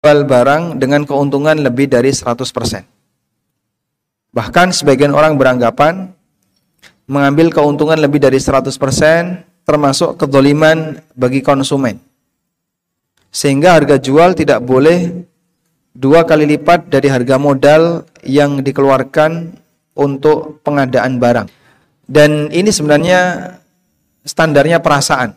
jual barang dengan keuntungan lebih dari 100%. Bahkan sebagian orang beranggapan mengambil keuntungan lebih dari 100% termasuk kedzaliman bagi konsumen. Sehingga harga jual tidak boleh 2 kali lipat dari harga modal yang dikeluarkan untuk pengadaan barang. Dan ini sebenarnya standarnya perasaan.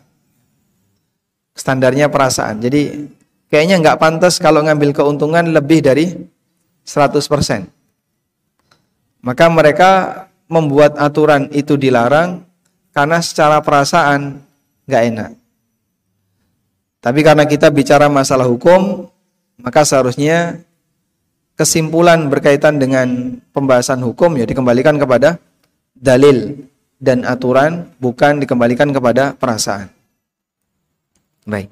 Standarnya perasaan. Jadi kayaknya nggak pantas kalau ngambil keuntungan lebih dari 100%. Maka mereka membuat aturan itu dilarang karena secara perasaan nggak enak. Tapi karena kita bicara masalah hukum, maka seharusnya kesimpulan berkaitan dengan pembahasan hukum ya dikembalikan kepada dalil dan aturan, bukan dikembalikan kepada perasaan. Baik.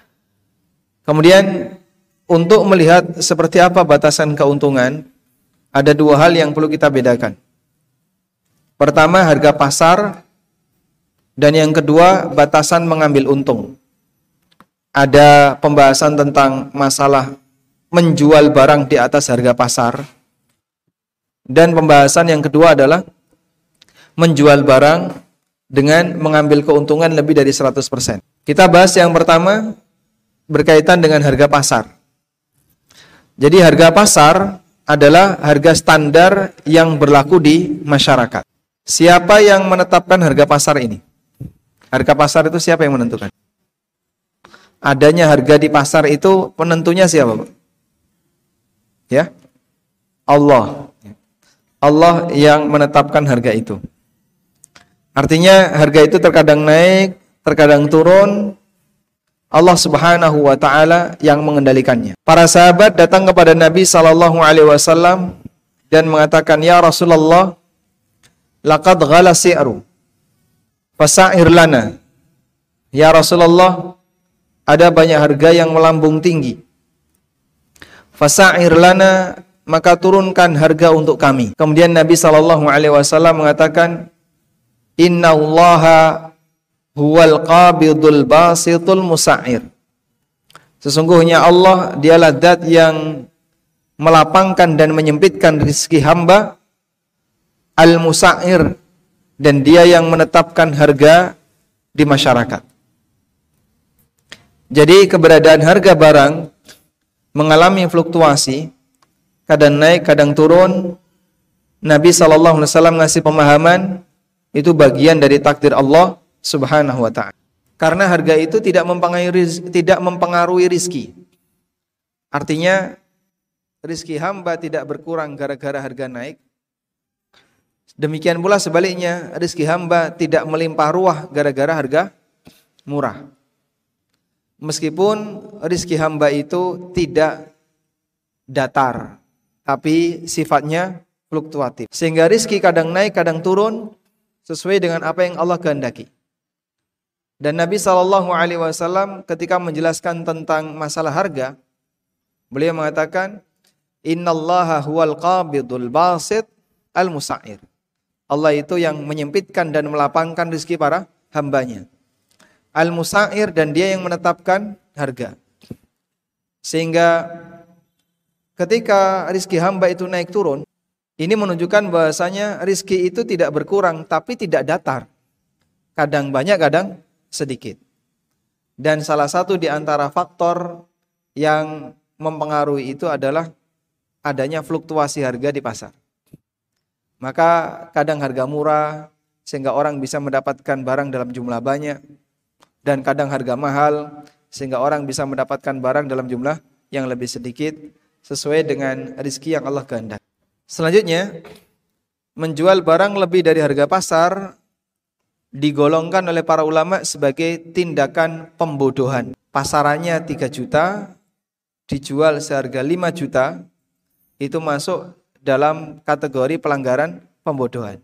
Kemudian untuk melihat seperti apa batasan keuntungan, ada 2 hal yang perlu kita bedakan. Pertama, harga pasar, dan yang kedua, batasan mengambil untung. Ada pembahasan tentang masalah menjual barang di atas harga pasar, dan pembahasan yang kedua adalah menjual barang dengan mengambil keuntungan lebih dari 100%. Kita bahas yang pertama berkaitan dengan harga pasar. Jadi harga pasar adalah harga standar yang berlaku di masyarakat. Siapa yang menetapkan harga pasar ini? Harga pasar itu siapa yang menentukan? Adanya harga di pasar itu penentunya siapa, Pak? Ya? Allah. Allah yang menetapkan harga itu. Artinya harga itu terkadang naik, terkadang turun. Allah Subhanahu wa taala yang mengendalikannya. Para sahabat datang kepada Nabi sallallahu alaihi wasallam dan mengatakan, "Ya Rasulullah, laqad ghala si'ru fasa'ir lana." Ya Rasulullah, ada banyak harga yang melambung tinggi. Fasa'ir lana, maka turunkan harga untuk kami. Kemudian Nabi sallallahu alaihi wasallam mengatakan, "Innallaha huwal qabidul basitul musa'ir." Sesungguhnya Allah dialah zat yang melapangkan dan menyempitkan rezeki hamba, al-musa'ir, dan dia yang menetapkan harga di masyarakat. Jadi keberadaan harga barang mengalami fluktuasi, kadang naik, kadang turun. Nabi SAW ngasih pemahaman itu bagian dari takdir Allah Subhanahu wa ta'ala. Karena harga itu tidak mempengaruhi rizki. Artinya rizki hamba tidak berkurang gara-gara harga naik. Demikian pula sebaliknya, rizki hamba tidak melimpah ruah gara-gara harga murah. Meskipun rizki hamba itu tidak datar, tapi sifatnya fluktuatif. Sehingga rizki kadang naik, kadang turun sesuai dengan apa yang Allah kehendaki. Dan Nabi SAW ketika menjelaskan tentang masalah harga, beliau mengatakan, "Innallaha huwal qabidul basit al-musa'ir." Allah itu yang menyempitkan dan melapangkan rezeki para hambanya. Al-musa'ir, dan dia yang menetapkan harga. Sehingga ketika rezeki hamba itu naik turun, ini menunjukkan bahasanya rezeki itu tidak berkurang, tapi tidak datar. Kadang banyak, kadang sedikit. Dan salah satu di antara faktor yang mempengaruhi itu adalah adanya fluktuasi harga di pasar. Maka kadang harga murah sehingga orang bisa mendapatkan barang dalam jumlah banyak, dan kadang harga mahal sehingga orang bisa mendapatkan barang dalam jumlah yang lebih sedikit sesuai dengan rezeki yang Allah kehendaki. Selanjutnya, menjual barang lebih dari harga pasar digolongkan oleh para ulama sebagai tindakan pembodohan. Pasarannya 3 juta, dijual seharga 5 juta, itu masuk dalam kategori pelanggaran pembodohan.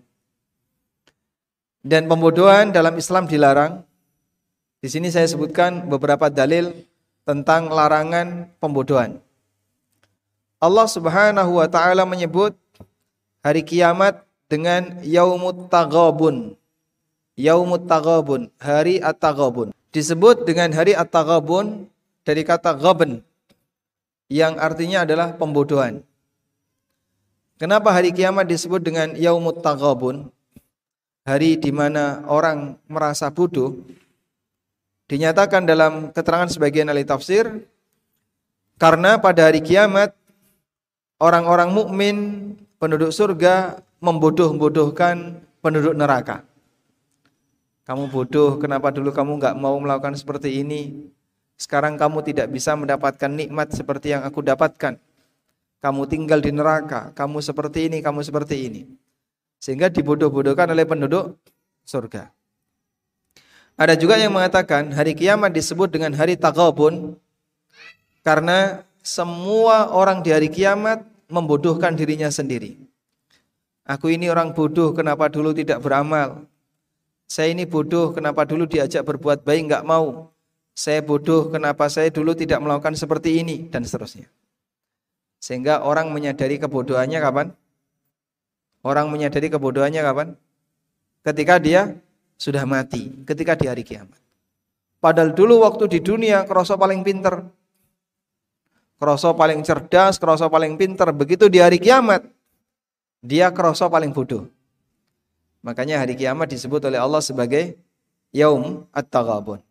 Dan pembodohan dalam Islam dilarang. Di sini saya sebutkan beberapa dalil tentang larangan pembodohan. Allah Subhanahu wa taala menyebut hari kiamat dengan yaumut taghabun. Yaumut taghabun, hari at-taghabun. Disebut dengan hari at-taghabun dari kata ghaban. yang artinya adalah pembodohan. Kenapa hari kiamat disebut dengan yaumut taghabun? Hari di mana orang merasa bodoh. Dinyatakan dalam keterangan sebagian ahli tafsir, karena pada hari kiamat orang-orang mukmin penduduk surga membodoh-bodohkan penduduk neraka. Kamu bodoh, kenapa dulu kamu enggak mau melakukan seperti ini? Sekarang kamu tidak bisa mendapatkan nikmat seperti yang aku dapatkan. Kamu tinggal di neraka, kamu seperti ini, kamu seperti ini. Sehingga dibodoh-bodohkan oleh penduduk surga. Ada juga yang mengatakan hari kiamat disebut dengan hari taghabun karena semua orang di hari kiamat membodohkan dirinya sendiri. Aku ini orang bodoh, kenapa dulu tidak beramal? Saya ini bodoh, kenapa dulu diajak berbuat baik enggak mau? Saya bodoh, kenapa saya dulu tidak melakukan seperti ini? Dan seterusnya. Sehingga orang menyadari kebodohannya kapan? Orang menyadari kebodohannya kapan? Ketika dia sudah mati, ketika di hari kiamat. Padahal dulu waktu di dunia kroso paling pinter, kroso paling cerdas, kroso paling pinter. Begitu di hari kiamat, dia kroso paling bodoh. Makanya hari kiamat disebut oleh Allah sebagai Yaum At-Taghabun.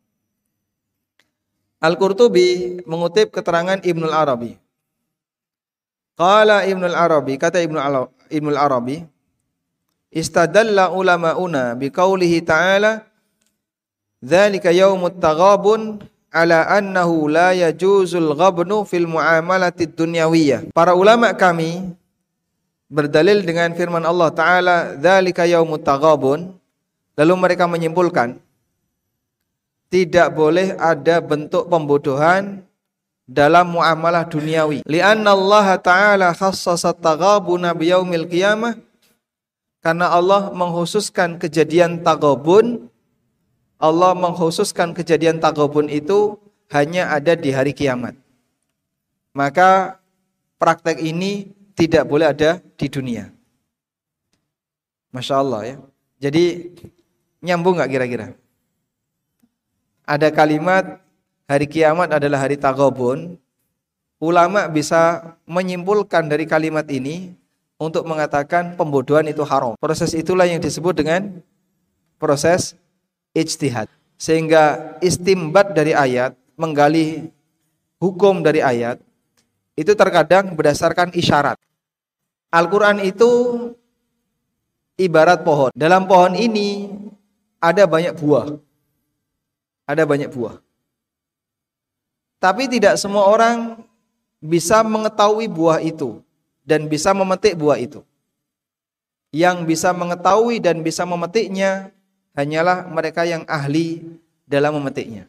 Al-Qurtubi mengutip keterangan Ibnul Arabi. Qala Ibnul Arabi, kata Ibnul Arabi, istadalla ulama'una biqaulihi ta'ala dzalika yaumut taghabun ala annahu la yajuzul ghabnu fil muamalatid dunyawiyah. Para ulama kami berdalil dengan firman Allah Ta'ala dzalika yaumut taghabun, lalu mereka menyimpulkan tidak boleh ada bentuk pembodohan dalam muamalah duniawi. Li'anna Allah Ta'ala khassasa taghabuna biyaumil qiyamah, karena Allah mengkhususkan kejadian taghabun. Allah mengkhususkan kejadian taghabun itu hanya ada di hari kiamat. Maka praktek ini tidak boleh ada di dunia. Masya Allah ya. Jadi nyambung gak kira-kira? Ada kalimat hari kiamat adalah hari taghabun. Ulama bisa menyimpulkan dari kalimat ini untuk mengatakan pembodohan itu haram. Proses itulah yang disebut dengan proses ijtihad. Sehingga istimbat dari ayat, menggali hukum dari ayat, itu terkadang berdasarkan isyarat. Al-Quran itu ibarat pohon. Dalam pohon ini ada banyak buah. Ada banyak buah. Tapi tidak semua orang bisa mengetahui buah itu dan bisa memetik buah itu. Yang bisa mengetahui dan bisa memetiknya hanyalah mereka yang ahli dalam memetiknya.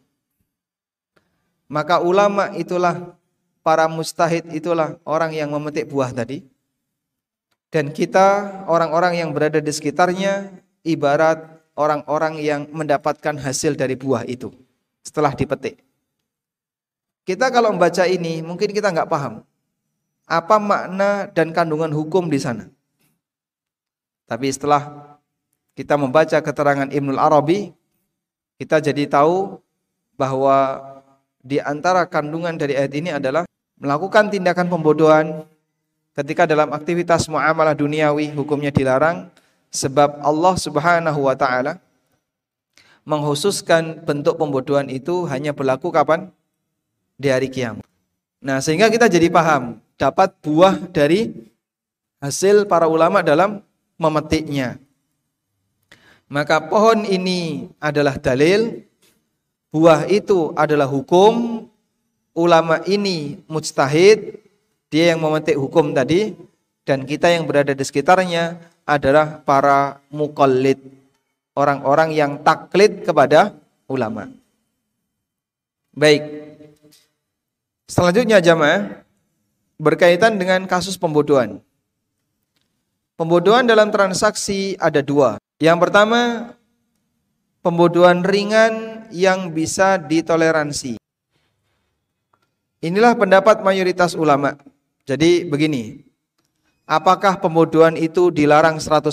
Maka ulama itulah, para mujtahid itulah orang yang memetik buah tadi. Dan kita, orang-orang yang berada di sekitarnya, ibarat orang-orang yang mendapatkan hasil dari buah itu setelah dipetik. Kita kalau membaca ini, mungkin kita nggak paham apa makna dan kandungan hukum di sana. Tapi setelah kita membaca keterangan Ibnul Arabi, kita jadi tahu bahwa di antara kandungan dari ayat ini adalah melakukan tindakan pembodohan ketika dalam aktivitas muamalah duniawi, hukumnya dilarang, sebab Allah Subhanahu wa Ta'ala mengkhususkan bentuk pembodohan itu hanya berlaku kapan? Di hari kiamat. Nah, sehingga kita jadi paham dapat buah dari hasil para ulama dalam memetiknya. Maka pohon ini adalah dalil, buah itu adalah hukum, ulama ini mujtahid, dia yang memetik hukum tadi, dan kita yang berada di sekitarnya adalah para muqallid, orang-orang yang taklid kepada ulama. Baik. Selanjutnya jamaah, berkaitan dengan kasus pembodohan. Pembodohan dalam transaksi ada dua. Yang pertama, pembodohan ringan yang bisa ditoleransi. Inilah pendapat mayoritas ulama. Jadi begini, apakah pembodohan itu dilarang 100%?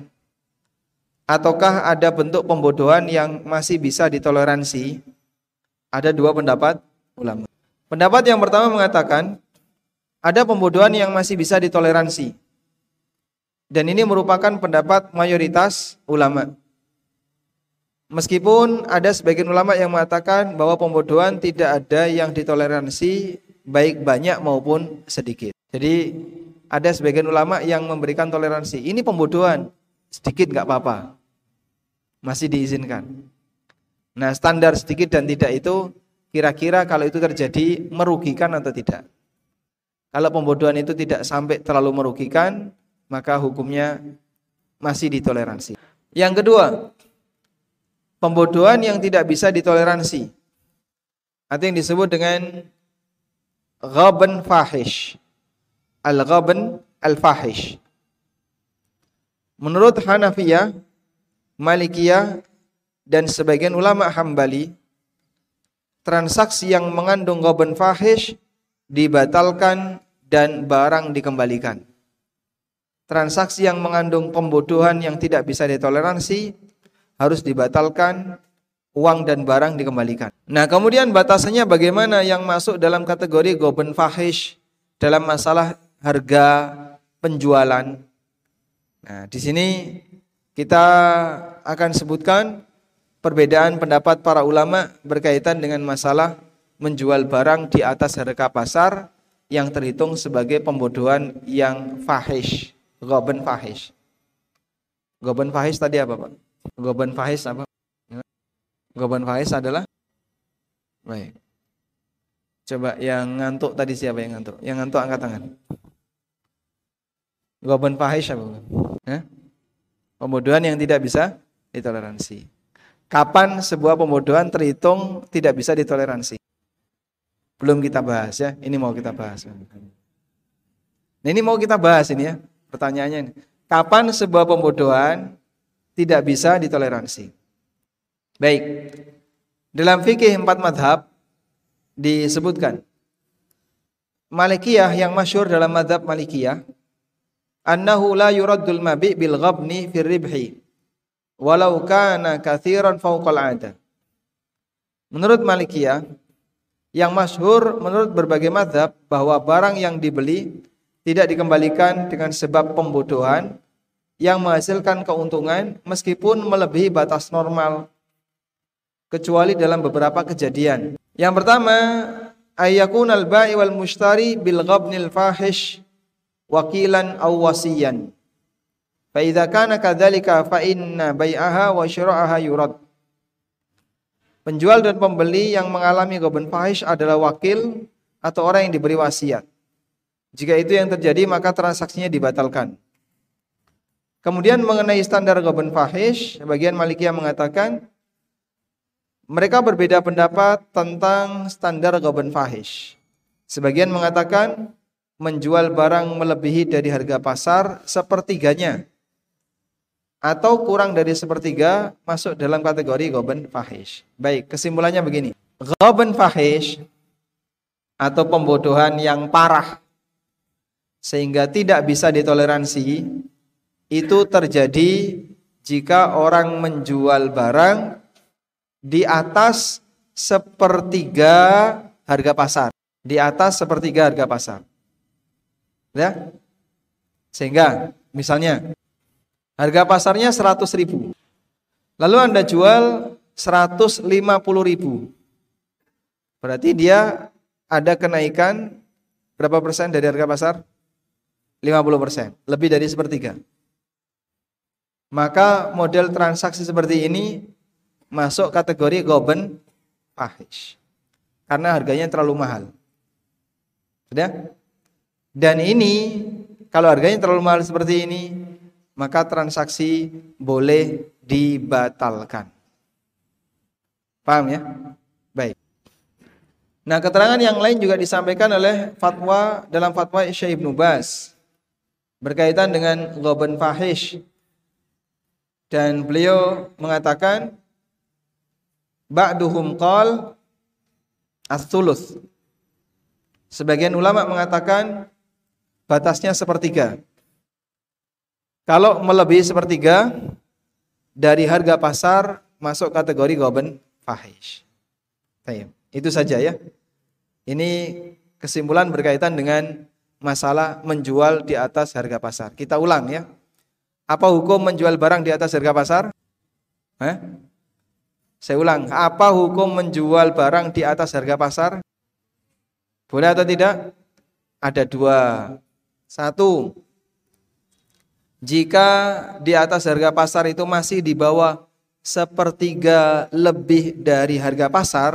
Ataukah ada bentuk pembodohan yang masih bisa ditoleransi? Ada dua pendapat ulama. Pendapat yang pertama mengatakan ada pembodohan yang masih bisa ditoleransi. Dan ini merupakan pendapat mayoritas ulama. Meskipun ada sebagian ulama yang mengatakan bahwa pembodohan tidak ada yang ditoleransi baik banyak maupun sedikit. Jadi ada sebagian ulama yang memberikan toleransi. Ini pembodohan, sedikit nggak apa-apa, masih diizinkan. Nah, standar sedikit dan tidak itu kira-kira kalau itu terjadi merugikan atau tidak. Kalau pembodohan itu tidak sampai terlalu merugikan, maka hukumnya masih ditoleransi. Yang kedua, pembodohan yang tidak bisa ditoleransi, atau yang disebut dengan ghaban fahish. Al-ghaban al-fahish. Menurut Hanafiyah, Malikiyah, dan sebagian ulama Hambali, transaksi yang mengandung ghaban fahish dibatalkan dan barang dikembalikan. Transaksi yang mengandung pembodohan yang tidak bisa ditoleransi harus dibatalkan, uang dan barang dikembalikan. Nah, kemudian batasannya bagaimana yang masuk dalam kategori ghaban fahish dalam masalah harga penjualan. Nah, di sini kita akan sebutkan perbedaan pendapat para ulama berkaitan dengan masalah menjual barang di atas harga pasar yang terhitung sebagai pembodohan yang fahish. Ghaban fahish. Ghaban fahish tadi apa, Pak? Ghaban fahish apa? Ghaban fahish adalah baik. Coba yang ngantuk tadi siapa yang ngantuk? Yang ngantuk angkat tangan. Ghaban fahish apa? Pembodohan yang tidak bisa ditoleransi. Kapan sebuah pembodohan terhitung tidak bisa ditoleransi? Belum kita bahas ya. Ini mau kita bahas. Nah, ini mau kita bahas ini ya. Pertanyaannya ini, kapan sebuah pembodohan tidak bisa ditoleransi? Baik, dalam fikih 4 madhab disebutkan, Malikiyah yang masyhur dalam madhab Malikiyah, annahu la yuraddul mabi' bil ghabni fir ribhi walau kana katsiran fawqal 'ada. Menurut Malikiyah yang masyhur menurut berbagai madhab, bahwa barang yang dibeli tidak dikembalikan dengan sebab pembodohan yang menghasilkan keuntungan meskipun melebihi batas normal, kecuali dalam beberapa kejadian. Yang pertama, ayyakunal bai wal mushtari bil ghabnil fahish wakilan aw wasiyan. Fa idza kana kadzalika fa inna bai'aha wa syira'aha yurad. Penjual dan pembeli yang mengalami ghaban fahish adalah wakil atau orang yang diberi wasiat. Jika itu yang terjadi, maka transaksinya dibatalkan. Kemudian mengenai standar ghaban fahish, sebagian Malikiyah mengatakan mereka berbeda pendapat tentang standar ghaban fahish. Sebagian mengatakan menjual barang melebihi dari harga pasar sepertiganya atau kurang dari sepertiga masuk dalam kategori ghaban fahish. Baik, kesimpulannya begini. Ghaban fahish atau pembodohan yang parah sehingga tidak bisa ditoleransi itu terjadi jika orang menjual barang di atas sepertiga harga pasar. Di atas sepertiga harga pasar. Ya? Sehingga misalnya harga pasarnya 100.000. Lalu Anda jual 150.000. Berarti dia ada kenaikan berapa persen dari harga pasar? 50%, lebih dari sepertiga. Maka model transaksi seperti ini masuk kategori ghaban fahish karena harganya terlalu mahal. Sudah? Dan ini kalau harganya terlalu mahal seperti ini, maka transaksi boleh dibatalkan. Paham ya? Baik. Nah, keterangan yang lain juga disampaikan oleh fatwa dalam fatwa Syekh Ibnu Baz berkaitan dengan ghaban fahish, dan beliau mengatakan ba'duhum qal as-thuluth. Sebagian ulama mengatakan batasnya sepertiga. Kalau melebihi sepertiga dari harga pasar masuk kategori ghaban fahish. Itu saja ya. Ini kesimpulan berkaitan dengan masalah menjual di atas harga pasar. Kita ulang ya. Apa hukum menjual barang di atas harga pasar? Saya ulang. Apa hukum menjual barang di atas harga pasar? Boleh atau tidak? Ada dua. Satu, jika di atas harga pasar itu masih di bawah sepertiga lebih dari harga pasar,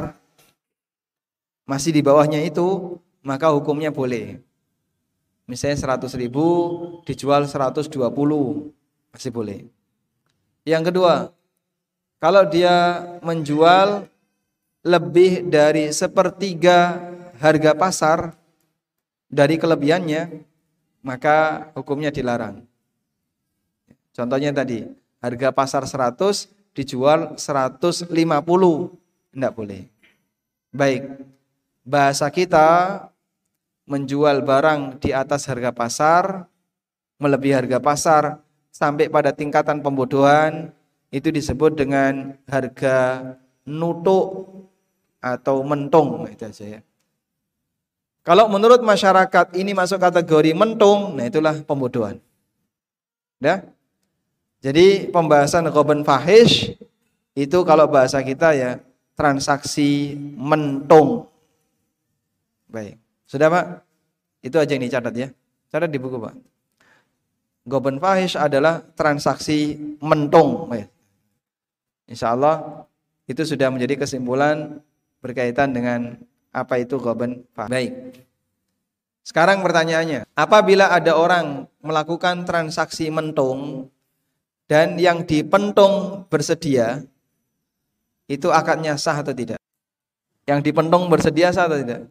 masih di bawahnya itu, maka hukumnya boleh. Misalnya 100.000 dijual 120, masih boleh. Yang kedua, kalau dia menjual lebih dari sepertiga harga pasar dari kelebihannya, maka hukumnya dilarang. Contohnya tadi, harga pasar 100 dijual 150, tidak boleh. Baik, bahasa kita menjual barang di atas harga pasar, melebihi harga pasar sampai pada tingkatan pembodohan, itu disebut dengan harga nutuk atau mentung. Itu aja ya. Kalau menurut masyarakat ini masuk kategori mentung, nah itulah pembodohan. Ya. Jadi pembahasan ghaban fahish itu kalau bahasa kita ya transaksi mentung. Baik. Sudah Pak? Itu aja yang dicatat ya. Catat di buku Pak. Ghaban fahish adalah transaksi mentung. Baik. Insya Allah itu sudah menjadi kesimpulan berkaitan dengan apa itu ghaban fahish. Baik. Sekarang pertanyaannya, apabila ada orang melakukan transaksi mentung dan yang dipentung bersedia, itu akadnya sah atau tidak? Yang dipentung bersedia sah atau tidak?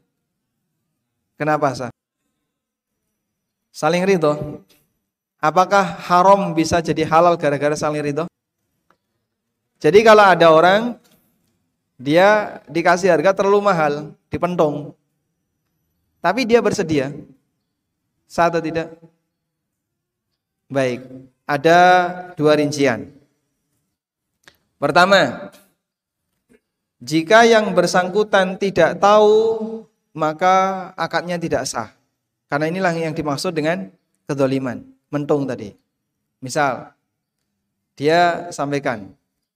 Kenapa sah? Saling ridho. Apakah haram bisa jadi halal gara-gara saling ridho? Jadi kalau ada orang, dia dikasih harga terlalu mahal, dipentung, tapi dia bersedia, sah atau tidak? Baik. Ada dua rincian. Pertama, jika yang bersangkutan tidak tahu, maka akadnya tidak sah. Karena inilah yang dimaksud dengan kedzaliman, mentung tadi. Misal, dia sampaikan,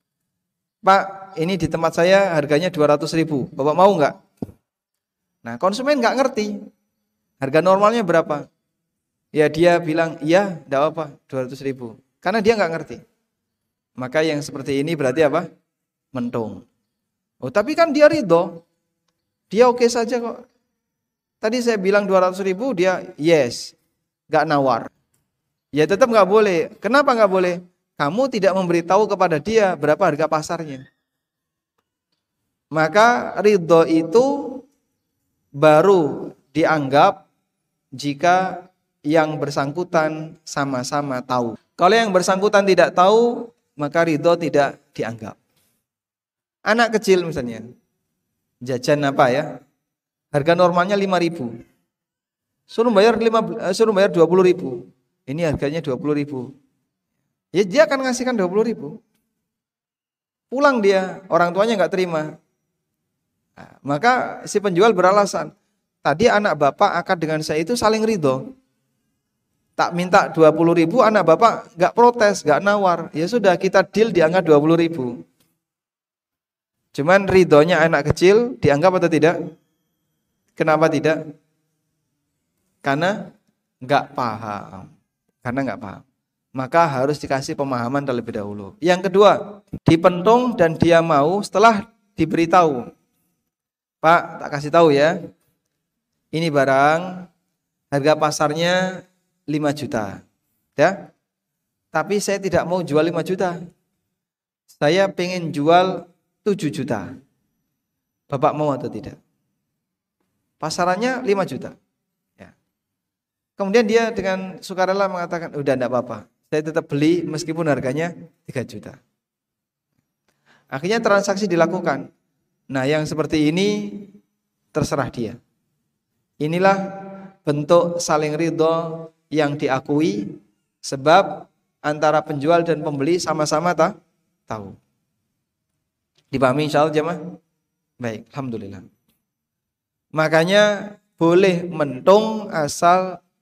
Pak, ini di tempat saya harganya 200.000, Bapak mau nggak? Nah, konsumen nggak ngerti, harga normalnya berapa? Ya dia bilang, iya enggak apa-apa 200.000. Karena dia enggak ngerti. Maka yang seperti ini berarti apa? Mentung. Oh tapi kan dia ridho. Dia oke saja kok. Tadi saya bilang 200.000, dia yes. Enggak nawar. Ya tetap enggak boleh. Kenapa enggak boleh? Kamu tidak memberitahu kepada dia berapa harga pasarnya. Maka ridho itu baru dianggap jika yang bersangkutan sama-sama tahu. Kalau yang bersangkutan tidak tahu, maka ridho tidak dianggap. Anak kecil misalnya, jajan apa ya? Harga normalnya 5.000. Suruh bayar 20.000. Ini harganya 20.000. Ya dia akan ngasihkan 20.000. Pulang dia, orang tuanya nggak terima. Nah, maka si penjual beralasan, tadi anak bapak akad dengan saya itu saling ridho. Tak minta 20.000, anak bapak nggak protes, nggak nawar. Ya sudah kita deal dianggap 20.000. Cuman ridhonya anak kecil dianggap atau tidak? Kenapa tidak? Karena nggak paham. Karena nggak paham. Maka harus dikasih pemahaman terlebih dahulu. Yang kedua, dipentung dan dia mau setelah diberitahu. Pak, tak kasih tahu ya. Ini barang harga pasarnya 5 juta. Ya. Tapi saya tidak mau jual 5 juta. Saya pengen jual 7 juta. Bapak mau atau tidak? Pasarannya 5 juta. Ya. Kemudian dia dengan sukarela mengatakan, udah enggak apa-apa. Saya tetap beli meskipun harganya 3 juta. Akhirnya transaksi dilakukan. Nah, yang seperti ini terserah dia. Inilah bentuk saling ridho yang diakui, sebab antara penjual dan pembeli sama-sama tahu. Dipahami insyaallah jemaah? Baik, alhamdulillah. Makanya boleh mentung asal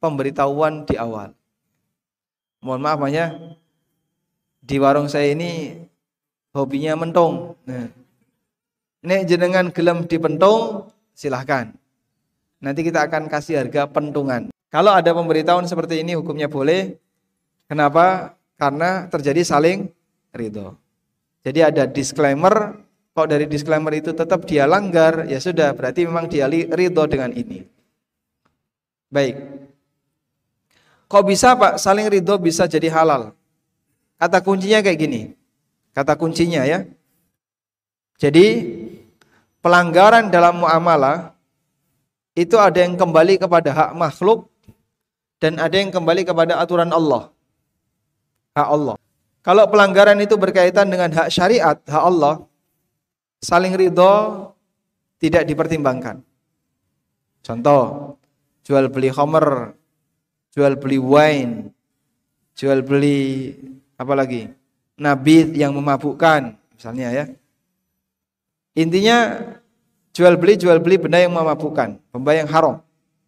pemberitahuan di awal. Mohon maaf ya, di warung saya ini hobinya mentung. Nah, nek jenengan gelem dipentung, silahkan. Nanti kita akan kasih harga pentungan. Kalau ada pemberitahuan seperti ini hukumnya boleh. Kenapa? Karena terjadi saling ridho. Jadi ada disclaimer. Kalau dari disclaimer itu tetap dia langgar, ya sudah, berarti memang dia ridho dengan ini. Baik. Kok bisa Pak saling ridho bisa jadi halal? Kata kuncinya kayak gini. Kata kuncinya ya. Jadi pelanggaran dalam muamalah itu ada yang kembali kepada hak makhluk dan ada yang kembali kepada aturan Allah. Hak Allah. Kalau pelanggaran itu berkaitan dengan hak syariat, hak Allah, saling ridho tidak dipertimbangkan. Contoh, jual beli khamr, jual beli wine, jual beli apa lagi? Nabit yang memabukkan, misalnya ya. Intinya jual beli benda yang memabukkan, benda yang haram.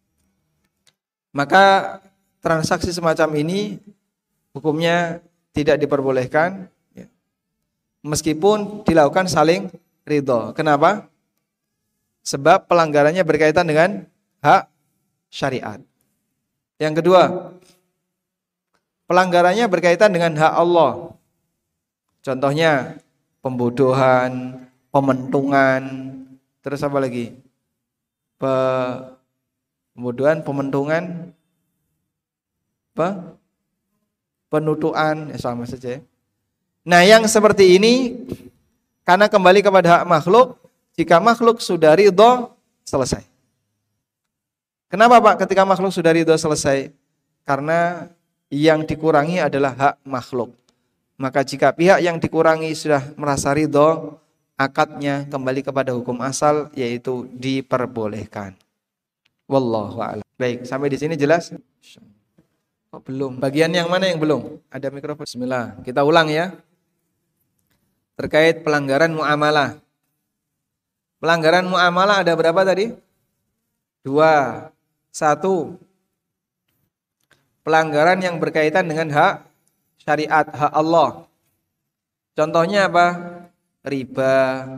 Maka transaksi semacam ini hukumnya tidak diperbolehkan, ya. Meskipun dilakukan saling ridho. Kenapa? Sebab pelanggarannya berkaitan dengan hak syariat. Yang kedua, pelanggarannya berkaitan dengan hak Allah. Contohnya pembodohan, pementungan, terus apa lagi? Pembodohan, pementungan, penutuan, ya sama saja. Nah, yang seperti ini karena kembali kepada hak makhluk, jika makhluk sudah ridho, selesai. Kenapa Pak ketika makhluk sudah ridho selesai? Karena yang dikurangi adalah hak makhluk. Maka jika pihak yang dikurangi sudah merasa ridho, akadnya kembali kepada hukum asal, yaitu diperbolehkan. Wallahu a'lam. Baik, sampai di sini jelas? Oh, belum. Bagian yang mana yang belum? Ada mikrofon. Bismillah. Kita ulang ya. Terkait pelanggaran muamalah. Pelanggaran muamalah ada berapa tadi? 2. 1. Pelanggaran yang berkaitan dengan hak syariat, hak Allah. Contohnya apa? Riba,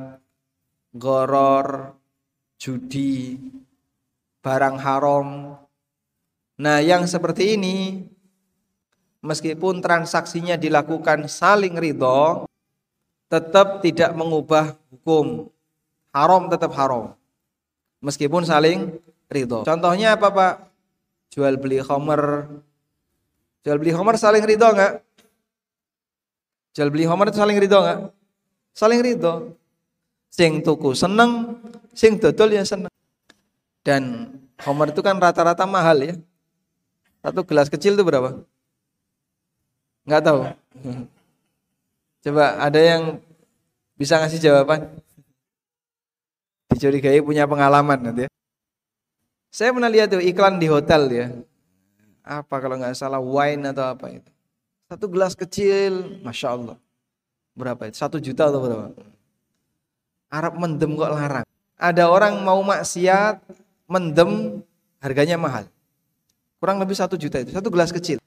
gharar, judi, barang haram. Nah, yang seperti ini meskipun transaksinya dilakukan saling ridho, tetap tidak mengubah hukum. Haram tetap haram. Meskipun saling ridho. Contohnya apa Pak? Jual beli khamr. Jual beli khamr saling ridho enggak? Jual beli khamr itu saling ridho enggak? Saling ridho. Sing tuku seneng, sing dodol ya seneng. Dan khamr itu kan rata-rata mahal ya. Satu gelas kecil itu berapa? Enggak tahu. Coba ada yang bisa ngasih jawaban? Dicurigai punya pengalaman nanti ya. Saya pernah lihat tuh iklan di hotel ya. Apa kalau nggak salah wine atau apa itu. Satu gelas kecil, Masya Allah. Berapa itu? 1 juta atau berapa? Arab mendem kok larang. Ada orang mau maksiat, mendem, harganya mahal. Kurang lebih 1 juta itu, 1 gelas kecil.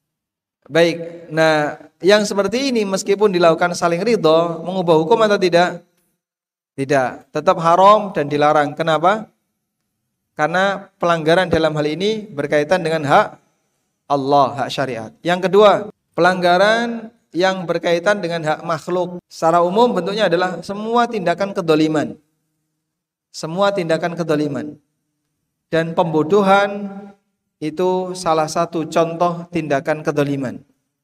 Baik, nah yang seperti ini meskipun dilakukan saling ridho, mengubah hukum atau tidak? Tidak, tetap haram dan dilarang. Kenapa? Karena pelanggaran dalam hal ini berkaitan dengan hak Allah, hak syariat. Yang kedua, pelanggaran yang berkaitan dengan hak makhluk. Secara umum bentuknya adalah semua tindakan kedoliman. Semua tindakan kedoliman. Dan pembodohan itu salah satu contoh tindakan kedoliman.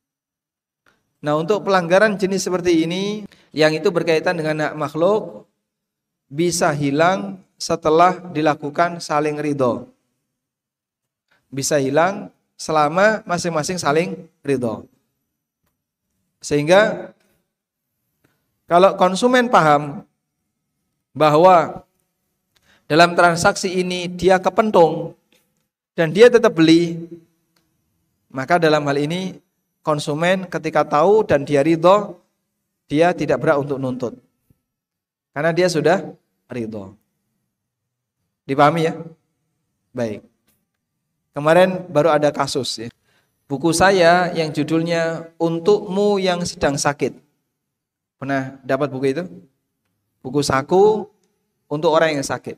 Nah, untuk pelanggaran jenis seperti ini, yang itu berkaitan dengan hak makhluk, bisa hilang setelah dilakukan saling ridho. Bisa hilang selama masing-masing saling ridho. Sehingga kalau konsumen paham bahwa dalam transaksi ini dia kepentung dan dia tetap beli, maka dalam hal ini konsumen ketika tahu dan dia ridho, dia tidak berhak untuk nuntut. Karena dia sudah ridho. Dipahami ya? Baik. Kemarin baru ada kasus ya. Buku saya yang judulnya Untukmu yang Sedang Sakit. Pernah dapat buku itu? Buku saku untuk orang yang sakit.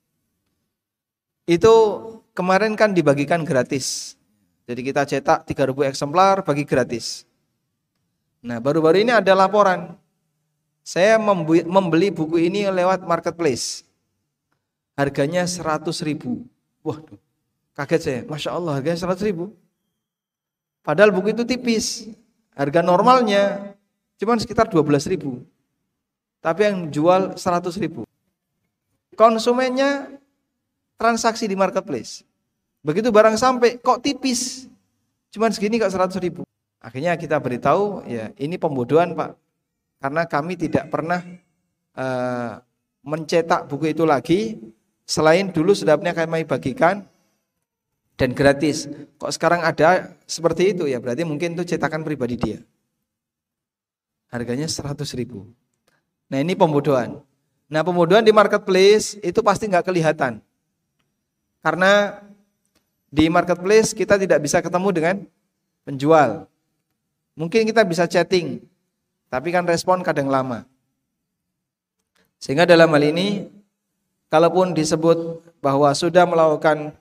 Itu kemarin kan dibagikan gratis. Jadi kita cetak 3.000 eksemplar bagi gratis. Nah, baru-baru ini ada laporan. Saya membeli buku ini lewat marketplace. Harganya 100.000. Waduh, kaget saya. Masya Allah, harganya 100.000. Padahal buku itu tipis. Harga normalnya cuma sekitar 12.000. Tapi yang jual 100.000. Konsumennya transaksi di marketplace. Begitu barang sampai, kok tipis. Cuman segini kok 100.000. Akhirnya kita beritahu, ya ini pembodohan Pak. Karena kami tidak pernah mencetak buku itu lagi. Selain dulu sudah pernah kami bagikan dan gratis. Kok sekarang ada seperti itu ya, berarti mungkin itu cetakan pribadi dia. Harganya 100.000. Nah ini pembodohan. Nah pembodohan di marketplace itu pasti nggak kelihatan. Karena di marketplace kita tidak bisa ketemu dengan penjual. Mungkin kita bisa chatting, tapi kan respon kadang lama. Sehingga dalam hal ini, kalaupun disebut bahwa sudah melakukan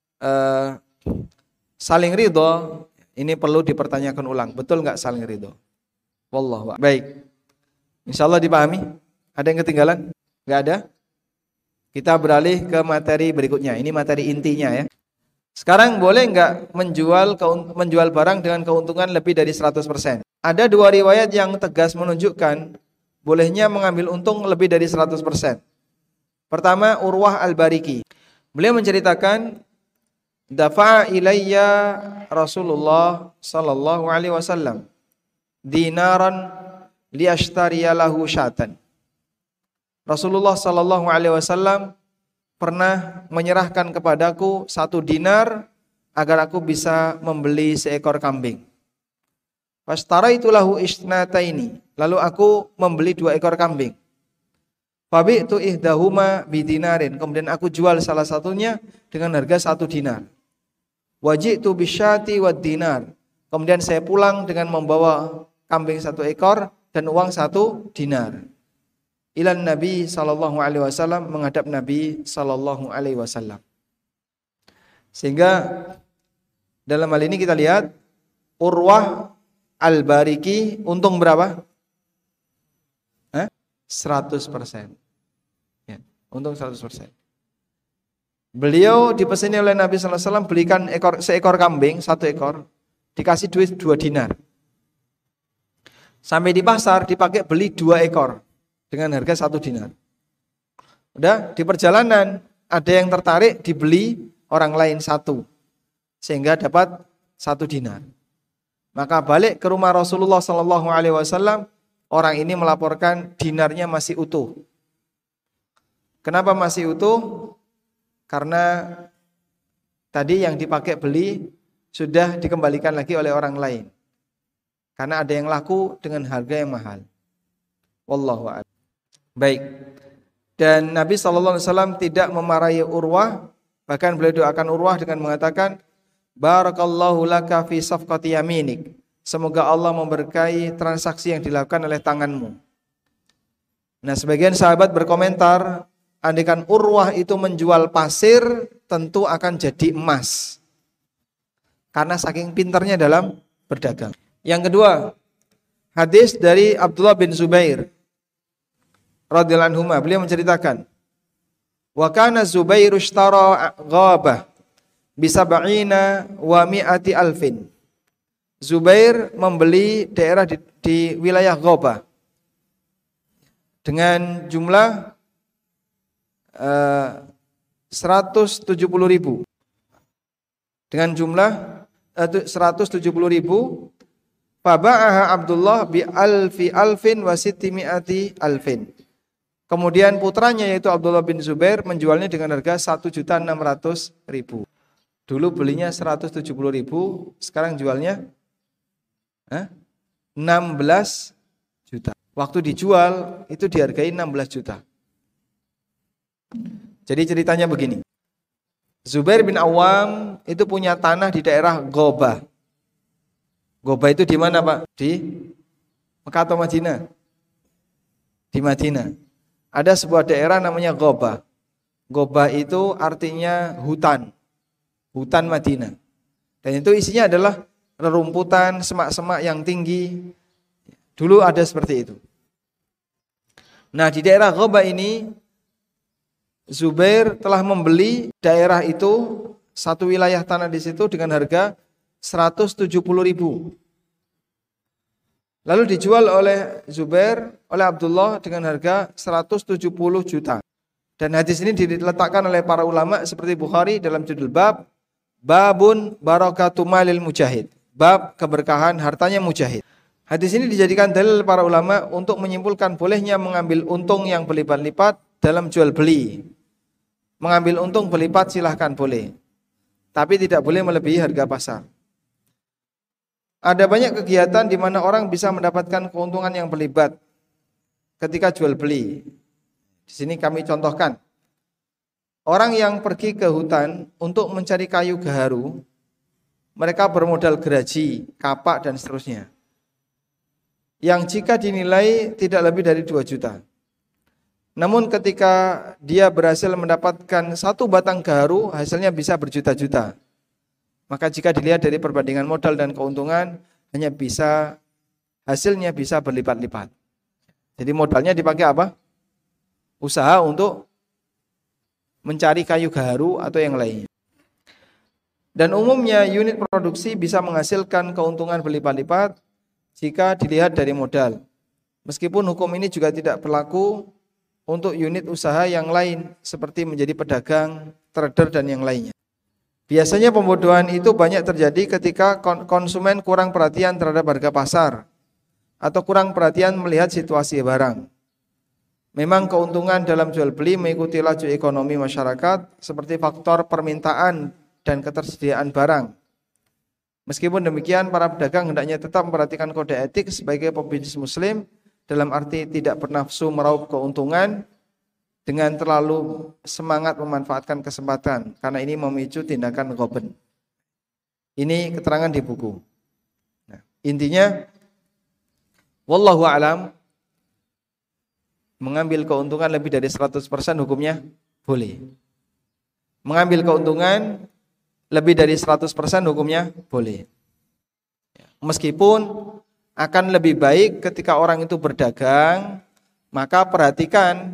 saling ridho, ini perlu dipertanyakan ulang. Betul nggak saling ridho? Wallahu a'lam. Baik. Insya Allah dipahami? Ada yang ketinggalan? Nggak ada? Kita beralih ke materi berikutnya. Ini materi intinya ya. Sekarang boleh nggak menjual barang dengan keuntungan lebih dari 100%? Ada dua riwayat yang tegas menunjukkan bolehnya mengambil untung lebih dari 100%. Pertama, Urwah Al-Bariki. Beliau menceritakan, dafa'a ilayya Rasulullah sallallahu alaihi wasallam dinaran liyashtariya lahu syatan. Rasulullah sallallahu alaihi wasallam pernah menyerahkan kepadaku 1 dinar agar aku bisa membeli seekor kambing. Fastaraitu lahu isnataini. Lalu aku membeli 2 ekor kambing. Fabi'tu ihdahuma bidinarin. Kemudian aku jual salah satunya dengan harga 1 dinar. Waji'tu bisyati wad dinar. Kemudian saya pulang dengan membawa kambing 1 ekor dan uang 1 dinar. Ilan Nabi sallallahu alaihi wasallam, menghadap Nabi sallallahu alaihi wasallam. Sehingga dalam hal ini kita lihat Urwah Al-Bariki untung berapa? 100%. Ya, untung 100%. Beliau dipeseni oleh Nabi sallallahu alaihi wasallam belikan seekor kambing, 1 ekor, dikasih duit 2 dinar. Sampai di pasar dipakai beli 2 ekor. Dengan harga 1 dinar. Udah di perjalanan ada yang tertarik dibeli orang lain 1. Sehingga dapat 1 dinar. Maka balik ke rumah Rasulullah sallallahu alaihi wasallam, orang ini melaporkan dinarnya masih utuh. Kenapa masih utuh? Karena tadi yang dipakai beli sudah dikembalikan lagi oleh orang lain. Karena ada yang laku dengan harga yang mahal. Wallahu a'lam. Baik. Dan Nabi SAW tidak memarahi Urwah. Bahkan beliau doakan Urwah dengan mengatakan, Barakallahu laka fi safqati yaminik. Semoga Allah memberkahi transaksi yang dilakukan oleh tanganmu. Nah sebagian sahabat berkomentar, andaikan Urwah itu menjual pasir, tentu akan jadi emas. Karena saking pintarnya dalam berdagang. Yang kedua, hadis dari Abdullah bin Zubair radhiyallahu anhu, beliau menceritakan, wa kana Zubair ishtara ghabah bisab'ina wa mi'ati alfin. Zubair membeli daerah di wilayah Ghabah dengan jumlah 170.000. Dengan jumlah 170.000. Faba'aha Abdullah bi alfin wa sittimi'ati alfin. Kemudian putranya yaitu Abdullah bin Zubair menjualnya dengan harga 1.600.000. Dulu belinya 170.000, sekarang jualnya 16 juta. Waktu dijual itu dihargai 16 juta. Jadi ceritanya begini. Zubair bin Awam itu punya tanah di daerah Gobah. Gobah itu di mana, Pak? Di Mekah atau Madinah? Di Madinah. Ada sebuah daerah namanya Gobah. Gobah itu artinya hutan. Hutan Madinah. Dan itu isinya adalah rerumputan, semak-semak yang tinggi. Dulu ada seperti itu. Nah, di daerah Gobah ini Zubair telah membeli daerah itu, satu wilayah tanah di situ dengan harga 170.000. Lalu dijual oleh Zubair, oleh Abdullah dengan harga 170 juta. Dan hadis ini diletakkan oleh para ulama seperti Bukhari dalam judul bab, Babun barakatu malil mujahid. Bab keberkahan hartanya mujahid. Hadis ini dijadikan dalil para ulama untuk menyimpulkan bolehnya mengambil untung yang berlipat-lipat dalam jual beli. Mengambil untung berlipat silahkan boleh, tapi tidak boleh melebihi harga pasar. Ada banyak kegiatan di mana orang bisa mendapatkan keuntungan yang berlipat ketika jual beli. Di sini kami contohkan. Orang yang pergi ke hutan untuk mencari kayu gaharu, mereka bermodal geraji, kapak dan seterusnya. Yang jika dinilai tidak lebih dari 2 juta. Namun ketika dia berhasil mendapatkan 1 batang gaharu, hasilnya bisa berjuta-juta. Maka jika dilihat dari perbandingan modal dan keuntungan, hasilnya bisa berlipat-lipat. Jadi modalnya dipakai apa? Usaha untuk mencari kayu gaharu atau yang lainnya. Dan umumnya unit produksi bisa menghasilkan keuntungan berlipat-lipat jika dilihat dari modal. Meskipun hukum ini juga tidak berlaku untuk unit usaha yang lain seperti menjadi pedagang, trader dan yang lainnya. Biasanya pembodohan itu banyak terjadi ketika konsumen kurang perhatian terhadap harga pasar atau kurang perhatian melihat situasi barang. Memang keuntungan dalam jual beli mengikuti laju ekonomi masyarakat seperti faktor permintaan dan ketersediaan barang. Meskipun demikian, para pedagang hendaknya tetap memperhatikan kode etik sebagai pebisnis muslim dalam arti tidak bernafsu meraup keuntungan dengan terlalu semangat memanfaatkan kesempatan, karena ini memicu tindakan ghoben. Ini keterangan di buku. Nah, intinya, wallahu a'lam, mengambil keuntungan lebih dari 100% hukumnya boleh. Mengambil keuntungan lebih dari 100% hukumnya boleh. Meskipun akan lebih baik ketika orang itu berdagang, maka perhatikan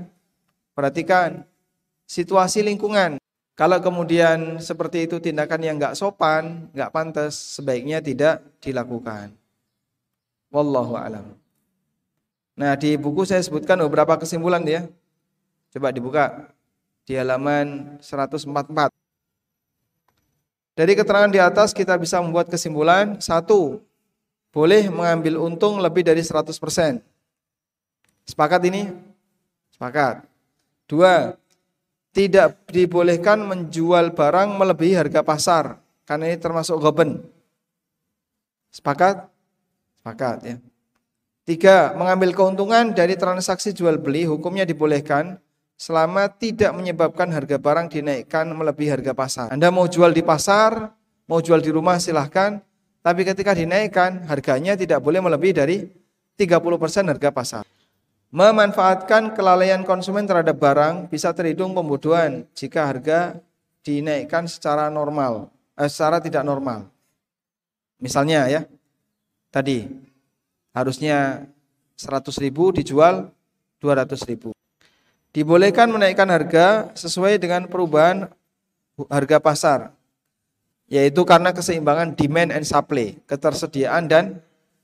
situasi lingkungan. Kalau kemudian seperti itu tindakan yang enggak sopan, enggak pantas, sebaiknya tidak dilakukan. Wallahu a'lam. Nah, di buku saya sebutkan beberapa kesimpulan ya. Coba dibuka di halaman 144. Dari keterangan di atas kita bisa membuat kesimpulan. 1. Boleh mengambil untung lebih dari 100%. Sepakat ini? Sepakat. 2. Tidak dibolehkan menjual barang melebihi harga pasar, karena ini termasuk ghoben. Sepakat? Sepakat ya. 3. Mengambil keuntungan dari transaksi jual beli hukumnya dibolehkan selama tidak menyebabkan harga barang dinaikkan melebihi harga pasar. Anda mau jual di pasar, mau jual di rumah silahkan, tapi ketika dinaikkan harganya tidak boleh melebihi dari 30% harga pasar. Memanfaatkan kelalaian konsumen terhadap barang bisa terhitung pembodohan jika harga dinaikkan secara tidak normal. Misalnya ya, tadi harusnya 100.000 dijual 200.000. Dibolehkan menaikkan harga sesuai dengan perubahan harga pasar, yaitu karena keseimbangan demand and supply, ketersediaan dan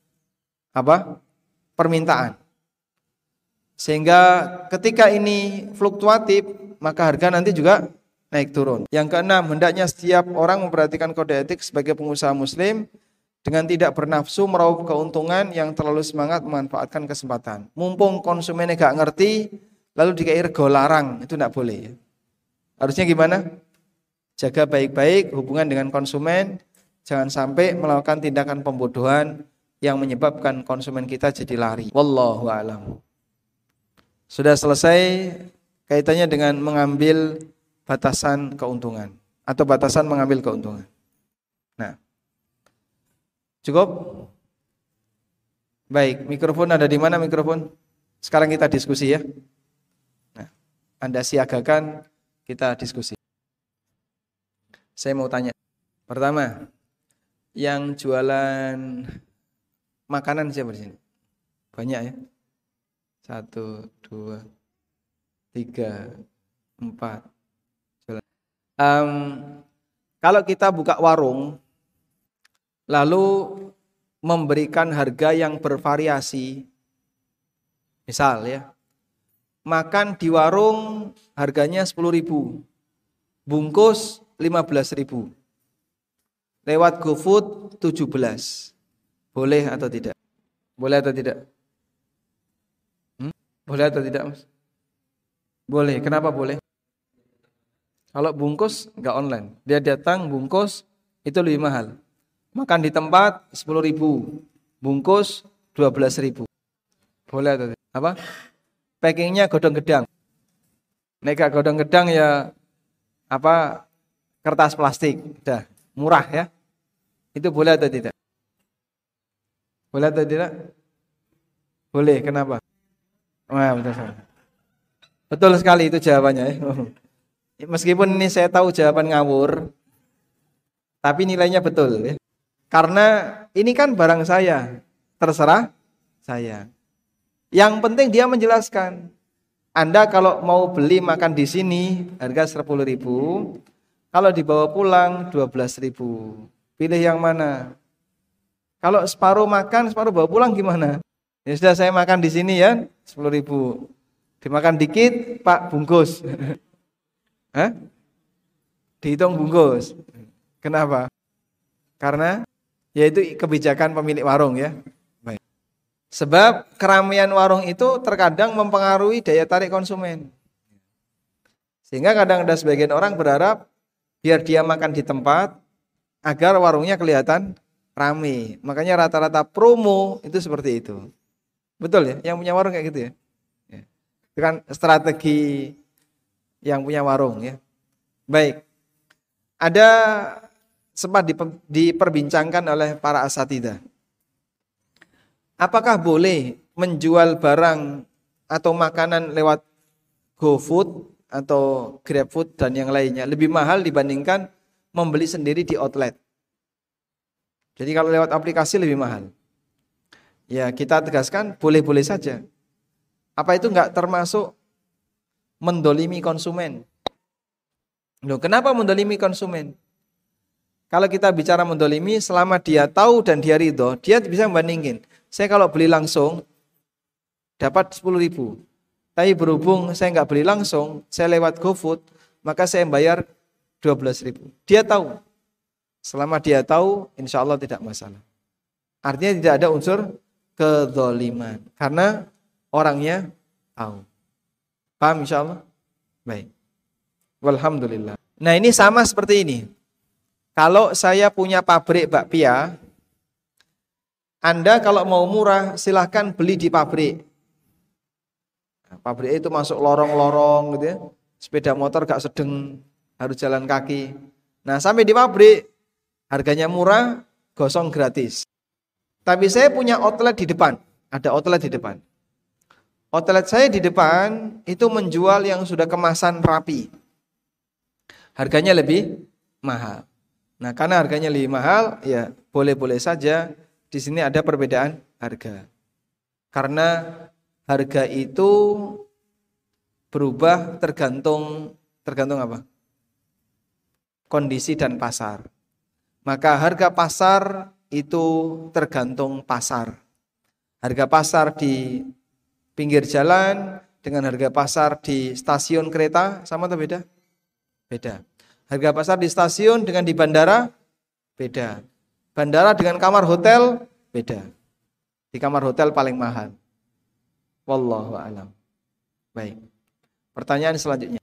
permintaan. Sehingga ketika ini fluktuatif, maka harga nanti juga naik turun. Yang keenam, hendaknya setiap orang memperhatikan kode etik sebagai pengusaha muslim dengan tidak bernafsu meraup keuntungan yang terlalu semangat memanfaatkan kesempatan. Mumpung konsumennya gak ngerti, lalu dikei rego larang, itu tidak boleh. Harusnya gimana? Jaga baik-baik hubungan dengan konsumen, jangan sampai melakukan tindakan pembodohan yang menyebabkan konsumen kita jadi lari. Wallahu a'lam. Sudah selesai kaitannya dengan mengambil batasan keuntungan. atau batasan mengambil keuntungan. Nah, cukup? Baik, mikrofon ada di mana mikrofon? Sekarang kita diskusi ya. Nah, Anda siagakan, kita diskusi. Saya mau tanya. Pertama, yang jualan makanan siapa di sini? Banyak ya? 1, 2, 3, 4. Kalau kita buka warung, lalu memberikan harga yang bervariasi, misal ya, makan di warung harganya 10.000, bungkus 15.000, lewat GoFood 17, boleh atau tidak? Boleh atau tidak? Boleh atau tidak, Mas? Boleh. Kenapa boleh? Kalau bungkus nggak online, dia datang bungkus itu lebih mahal. Makan di tempat 10.000, bungkus 12.000. Boleh atau tidak? Apa? Packingnya godong-gedang. Neka godong-gedang ya apa? Kertas plastik, dah murah ya. Itu boleh atau tidak? Boleh atau tidak? Boleh. Kenapa? Wah, betul sekali itu jawabannya ya. Meskipun ini saya tahu jawaban ngawur, tapi nilainya betul ya. Karena ini kan barang saya, terserah saya. Yang penting dia menjelaskan. Anda kalau mau beli makan di sini harga 10.000, kalau dibawa pulang 12.000. Pilih yang mana? Kalau separuh makan, separuh bawa pulang gimana? Ya sudah, saya makan di sini ya 10.000. Dimakan dikit, Pak, bungkus. Hah? Dihitung bungkus. Kenapa? Karena yaitu kebijakan pemilik warung ya. Baik. Sebab keramaian warung itu terkadang mempengaruhi daya tarik konsumen. Sehingga kadang ada sebagian orang berharap biar dia makan di tempat agar warungnya kelihatan ramai. Makanya rata-rata promo itu seperti itu. Betul ya? Yang punya warung kayak gitu ya? Itu kan strategi yang punya warung ya. Baik. Ada sempat diperbincangkan oleh para asatidzah. Apakah boleh menjual barang atau makanan lewat GoFood atau GrabFood dan yang lainnya lebih mahal dibandingkan membeli sendiri di outlet? Jadi kalau lewat aplikasi lebih mahal. Ya, kita tegaskan boleh-boleh saja. Apa itu enggak termasuk mendolimi konsumen? Loh, kenapa mendolimi konsumen? Kalau kita bicara mendolimi, selama dia tahu dan dia ridho, dia bisa membandingin. Saya kalau beli langsung dapat 10.000. Tapi berhubung saya nggak beli langsung, saya lewat GoFood, maka saya bayar 12.000. Dia tahu. Selama dia tahu, insya Allah tidak masalah. Artinya tidak ada unsur kedzaliman. Karena orangnya tahu. Paham insya Allah? Baik. Walhamdulillah. Nah, ini sama seperti ini. Kalau saya punya pabrik bakpia, Anda kalau mau murah silahkan beli di pabrik. Nah, pabrik itu masuk lorong-lorong gitu ya. Sepeda motor gak sedeng, harus jalan kaki. Nah, sampai di pabrik harganya murah, gosong gratis. Tapi saya punya outlet di depan. Ada outlet di depan. Outlet saya di depan itu menjual yang sudah kemasan rapi. Harganya lebih mahal. Nah, karena harganya lebih mahal, ya boleh-boleh saja di sini ada perbedaan harga. Karena harga itu berubah tergantung apa? Kondisi dan pasar. Maka harga pasar itu tergantung pasar. Harga pasar di pinggir jalan dengan harga pasar di stasiun kereta sama atau beda? Beda. Harga pasar di stasiun dengan di bandara beda. Bandara dengan kamar hotel beda. Di kamar hotel paling mahal. Wallahu a'lam. Baik. Pertanyaan selanjutnya.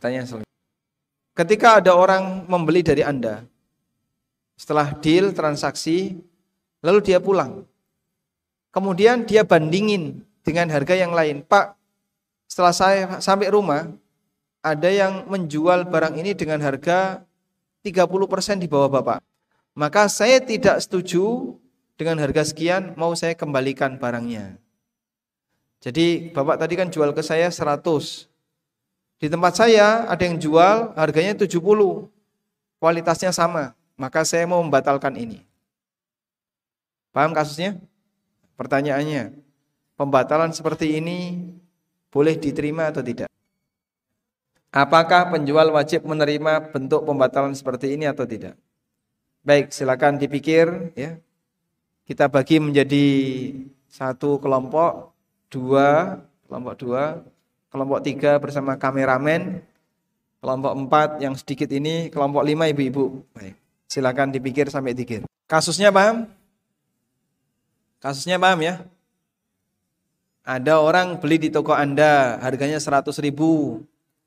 Ketika ada orang membeli dari Anda, setelah deal transaksi, lalu dia pulang. Kemudian dia bandingin dengan harga yang lain. Pak, setelah saya sampai rumah, ada yang menjual barang ini dengan harga 30% di bawah Bapak. Maka saya tidak setuju dengan harga sekian, mau saya kembalikan barangnya. Jadi Bapak tadi kan jual ke saya 100. Di tempat saya ada yang jual harganya 70. Kualitasnya sama. Maka saya mau membatalkan ini. Paham kasusnya? Pertanyaannya, pembatalan seperti ini boleh diterima atau tidak? Apakah penjual wajib menerima bentuk pembatalan seperti ini atau tidak? Baik, silakan dipikir ya. Kita bagi menjadi satu kelompok, kelompok 3 bersama kameramen, kelompok 4 yang sedikit ini, kelompok 5 ibu-ibu. Baik, silakan dipikir sampai dikir. Kasusnya paham? Kasusnya paham ya? Ada orang beli di toko Anda, harganya 100.000.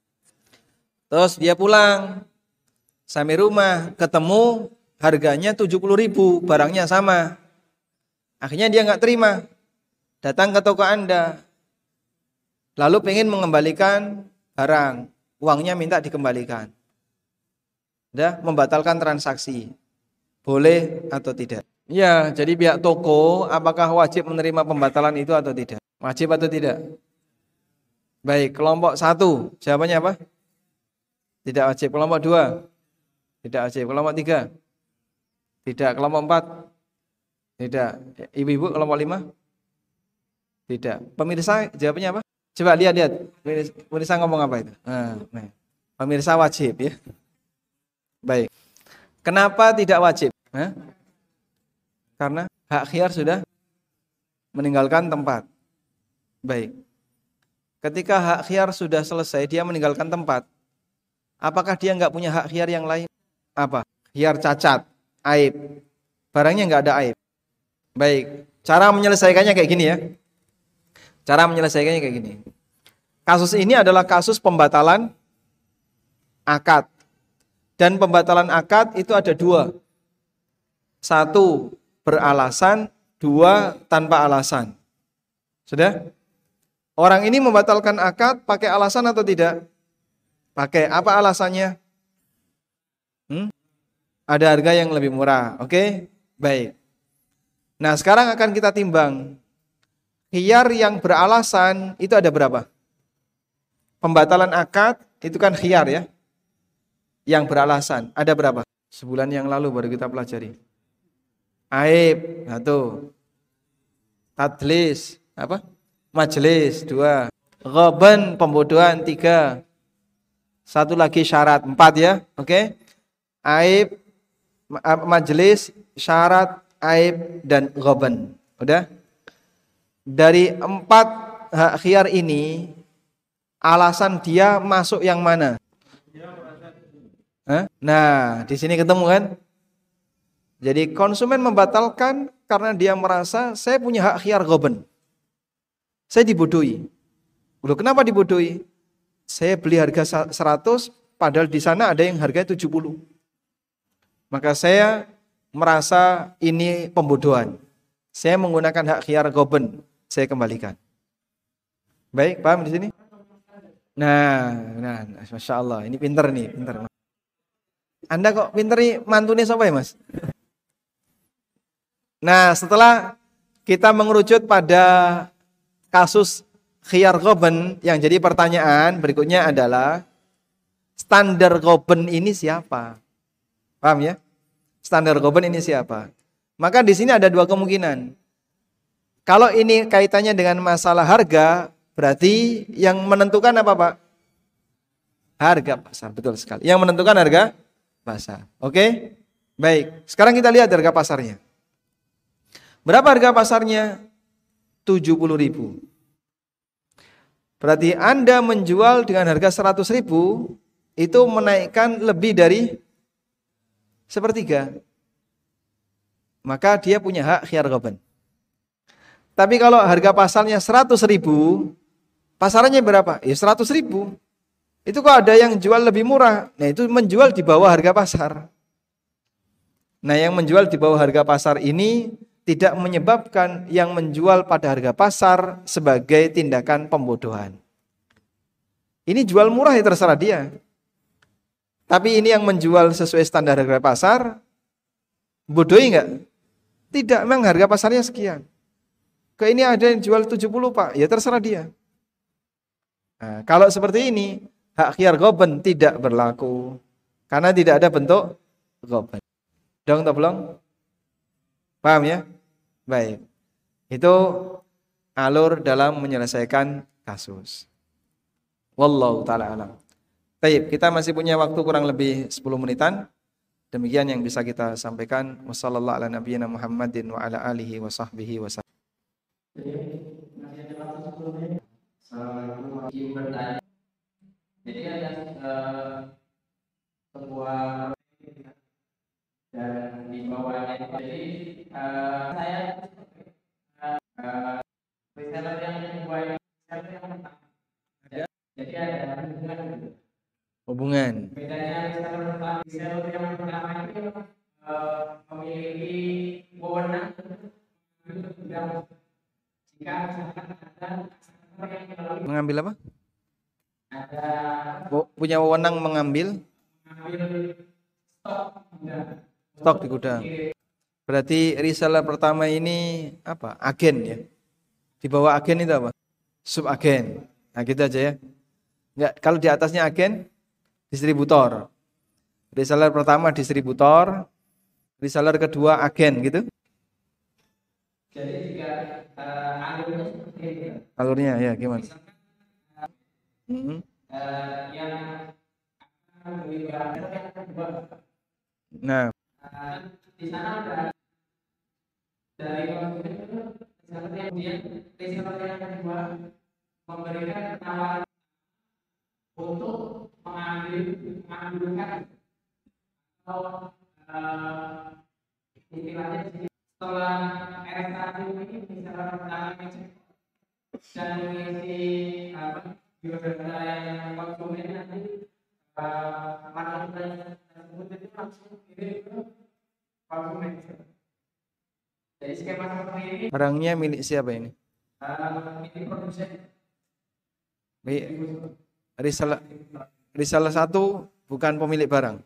Terus dia pulang, sampai rumah, ketemu harganya 70.000, barangnya sama. Akhirnya dia nggak terima, datang ke toko Anda, lalu pengen mengembalikan barang, uangnya minta dikembalikan. Udah, membatalkan transaksi. Boleh atau tidak? Ya, jadi pihak toko apakah wajib menerima pembatalan itu atau tidak? Wajib atau tidak? Baik, kelompok 1, jawabannya apa? Tidak wajib. Kelompok 2, tidak wajib. Kelompok 3, tidak. Kelompok 4, tidak. Ibu-ibu kelompok 5, tidak. Pemirsa jawabannya apa? Coba lihat. Pemirsa ngomong apa itu? Nah. Pemirsa wajib ya. Baik. Kenapa tidak wajib? Karena hak khiyar sudah meninggalkan tempat. Baik. Ketika hak khiyar sudah selesai, dia meninggalkan tempat. Apakah dia nggak punya hak khiyar yang lain? Apa? Khiyar cacat, aib. Barangnya nggak ada aib. Baik. Cara menyelesaikannya kayak gini ya. Cara menyelesaikannya kayak gini. Kasus ini adalah kasus pembatalan akad. Dan pembatalan akad itu ada 2. 1 beralasan, 2 tanpa alasan. Sudah? Orang ini membatalkan akad pakai alasan atau tidak? Pakai. Apa alasannya? Ada harga yang lebih murah. Oke? Baik. Nah, sekarang akan kita timbang. Khiyar yang beralasan itu ada berapa? Pembatalan akad itu kan khiyar ya. Yang beralasan ada berapa? Sebulan yang lalu baru kita pelajari. Aib 1. Tadlis apa? Majelis 2. Ghaban pembodohan 3. 1 lagi syarat 4 ya. Oke? Aib, majelis, syarat, aib dan ghaban. Udah? Dari 4 hak khiyar ini alasan dia masuk yang mana? Nah, di sini ketemu kan? Jadi konsumen membatalkan karena dia merasa saya punya hak khiyar ghaban. Saya dibodohi. Loh, kenapa dibodohi? Saya beli harga 100 padahal di sana ada yang harganya 70. Maka saya merasa ini pembodohan. Saya menggunakan hak khiyar ghaban, saya kembalikan. Baik, paham di sini? Nah, Masya Allah, ini pinter nih, pinter. Anda kok pinter nih, mantunya siapa ya mas? Nah, setelah kita mengerucut pada kasus khiyar ghaban, yang jadi pertanyaan berikutnya adalah standar ghaban ini siapa? Paham ya? Standar ghaban ini siapa? Maka di sini ada 2 kemungkinan. Kalau ini kaitannya dengan masalah harga, berarti yang menentukan apa Pak? Harga pasar, betul sekali. Yang menentukan harga pasar. Oke? Baik, sekarang kita lihat harga pasarnya. Berapa harga pasarnya? 70.000. Berarti Anda menjual dengan harga 100.000, itu menaikkan lebih dari 1/3. Maka dia punya hak khiyar ghaban. Tapi kalau harga pasalnya 100.000, pasarannya berapa? Ya 100.000. Itu kok ada yang jual lebih murah. Nah, itu menjual di bawah harga pasar. Nah, yang menjual di bawah harga pasar ini tidak menyebabkan yang menjual pada harga pasar sebagai tindakan pembodohan. Ini jual murah ya terserah dia. Tapi ini yang menjual sesuai standar harga pasar, bodohi nggak? Tidak, memang harga pasarnya sekian. Ke ini ada yang jual 70 Pak, ya terserah dia. Nah, kalau seperti ini, hak khiyar ghaban tidak berlaku. Karena tidak ada bentuk ghaban. Dong atau belum? Paham ya? Baik. Itu alur dalam menyelesaikan kasus. Wallahu ta'ala alam. Baik, kita masih punya waktu kurang lebih 10 menitan. Demikian yang bisa kita sampaikan. Wassallallahu ala nabiyyina Muhammadin wa ala alihi wa sahbihi wa sallam. Jadi ada sebuah dan di bawahnya itu jadi saya reseller yang kedua reseller yang pertama jadi ada hubungan bedanya reseller yang pertama itu memiliki wewenang jika misalkan ada mengambil apa? Ada punya wewenang mengambil stok di gudang. Berarti reseller pertama ini apa? Agen ya. Di bawah agen itu apa? Subagen. Nah gitu aja ya. Enggak, kalau di atasnya agen, distributor. Reseller pertama distributor, reseller kedua agen gitu. Jadi jika alurnya seperti itu. Alurnya ya gimana? Yang membeli barang yang kedua. Nah, di sana ada dari konsumen itu misalnya kemudian reseller yang kedua memberikan penawaran untuk mengambilkan atau istilahnya setelah R1 ini misalnya pertama dan mengisi biodata yang konsumen nanti mana tersebut itu langsung kirim ke konsumen. Jadi skema seperti ini. Barangnya milik siapa ini? Milik produsen. Reseller satu bukan pemilik barang.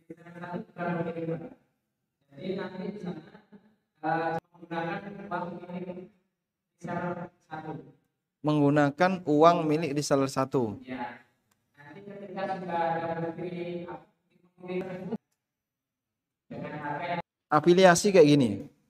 Jadi nanti di sana menggunakan uang milik reseller satu. Menggunakan uang milik reseller satu. Ya. Nanti ketika sudah ada bukti afiliasi kayak gini.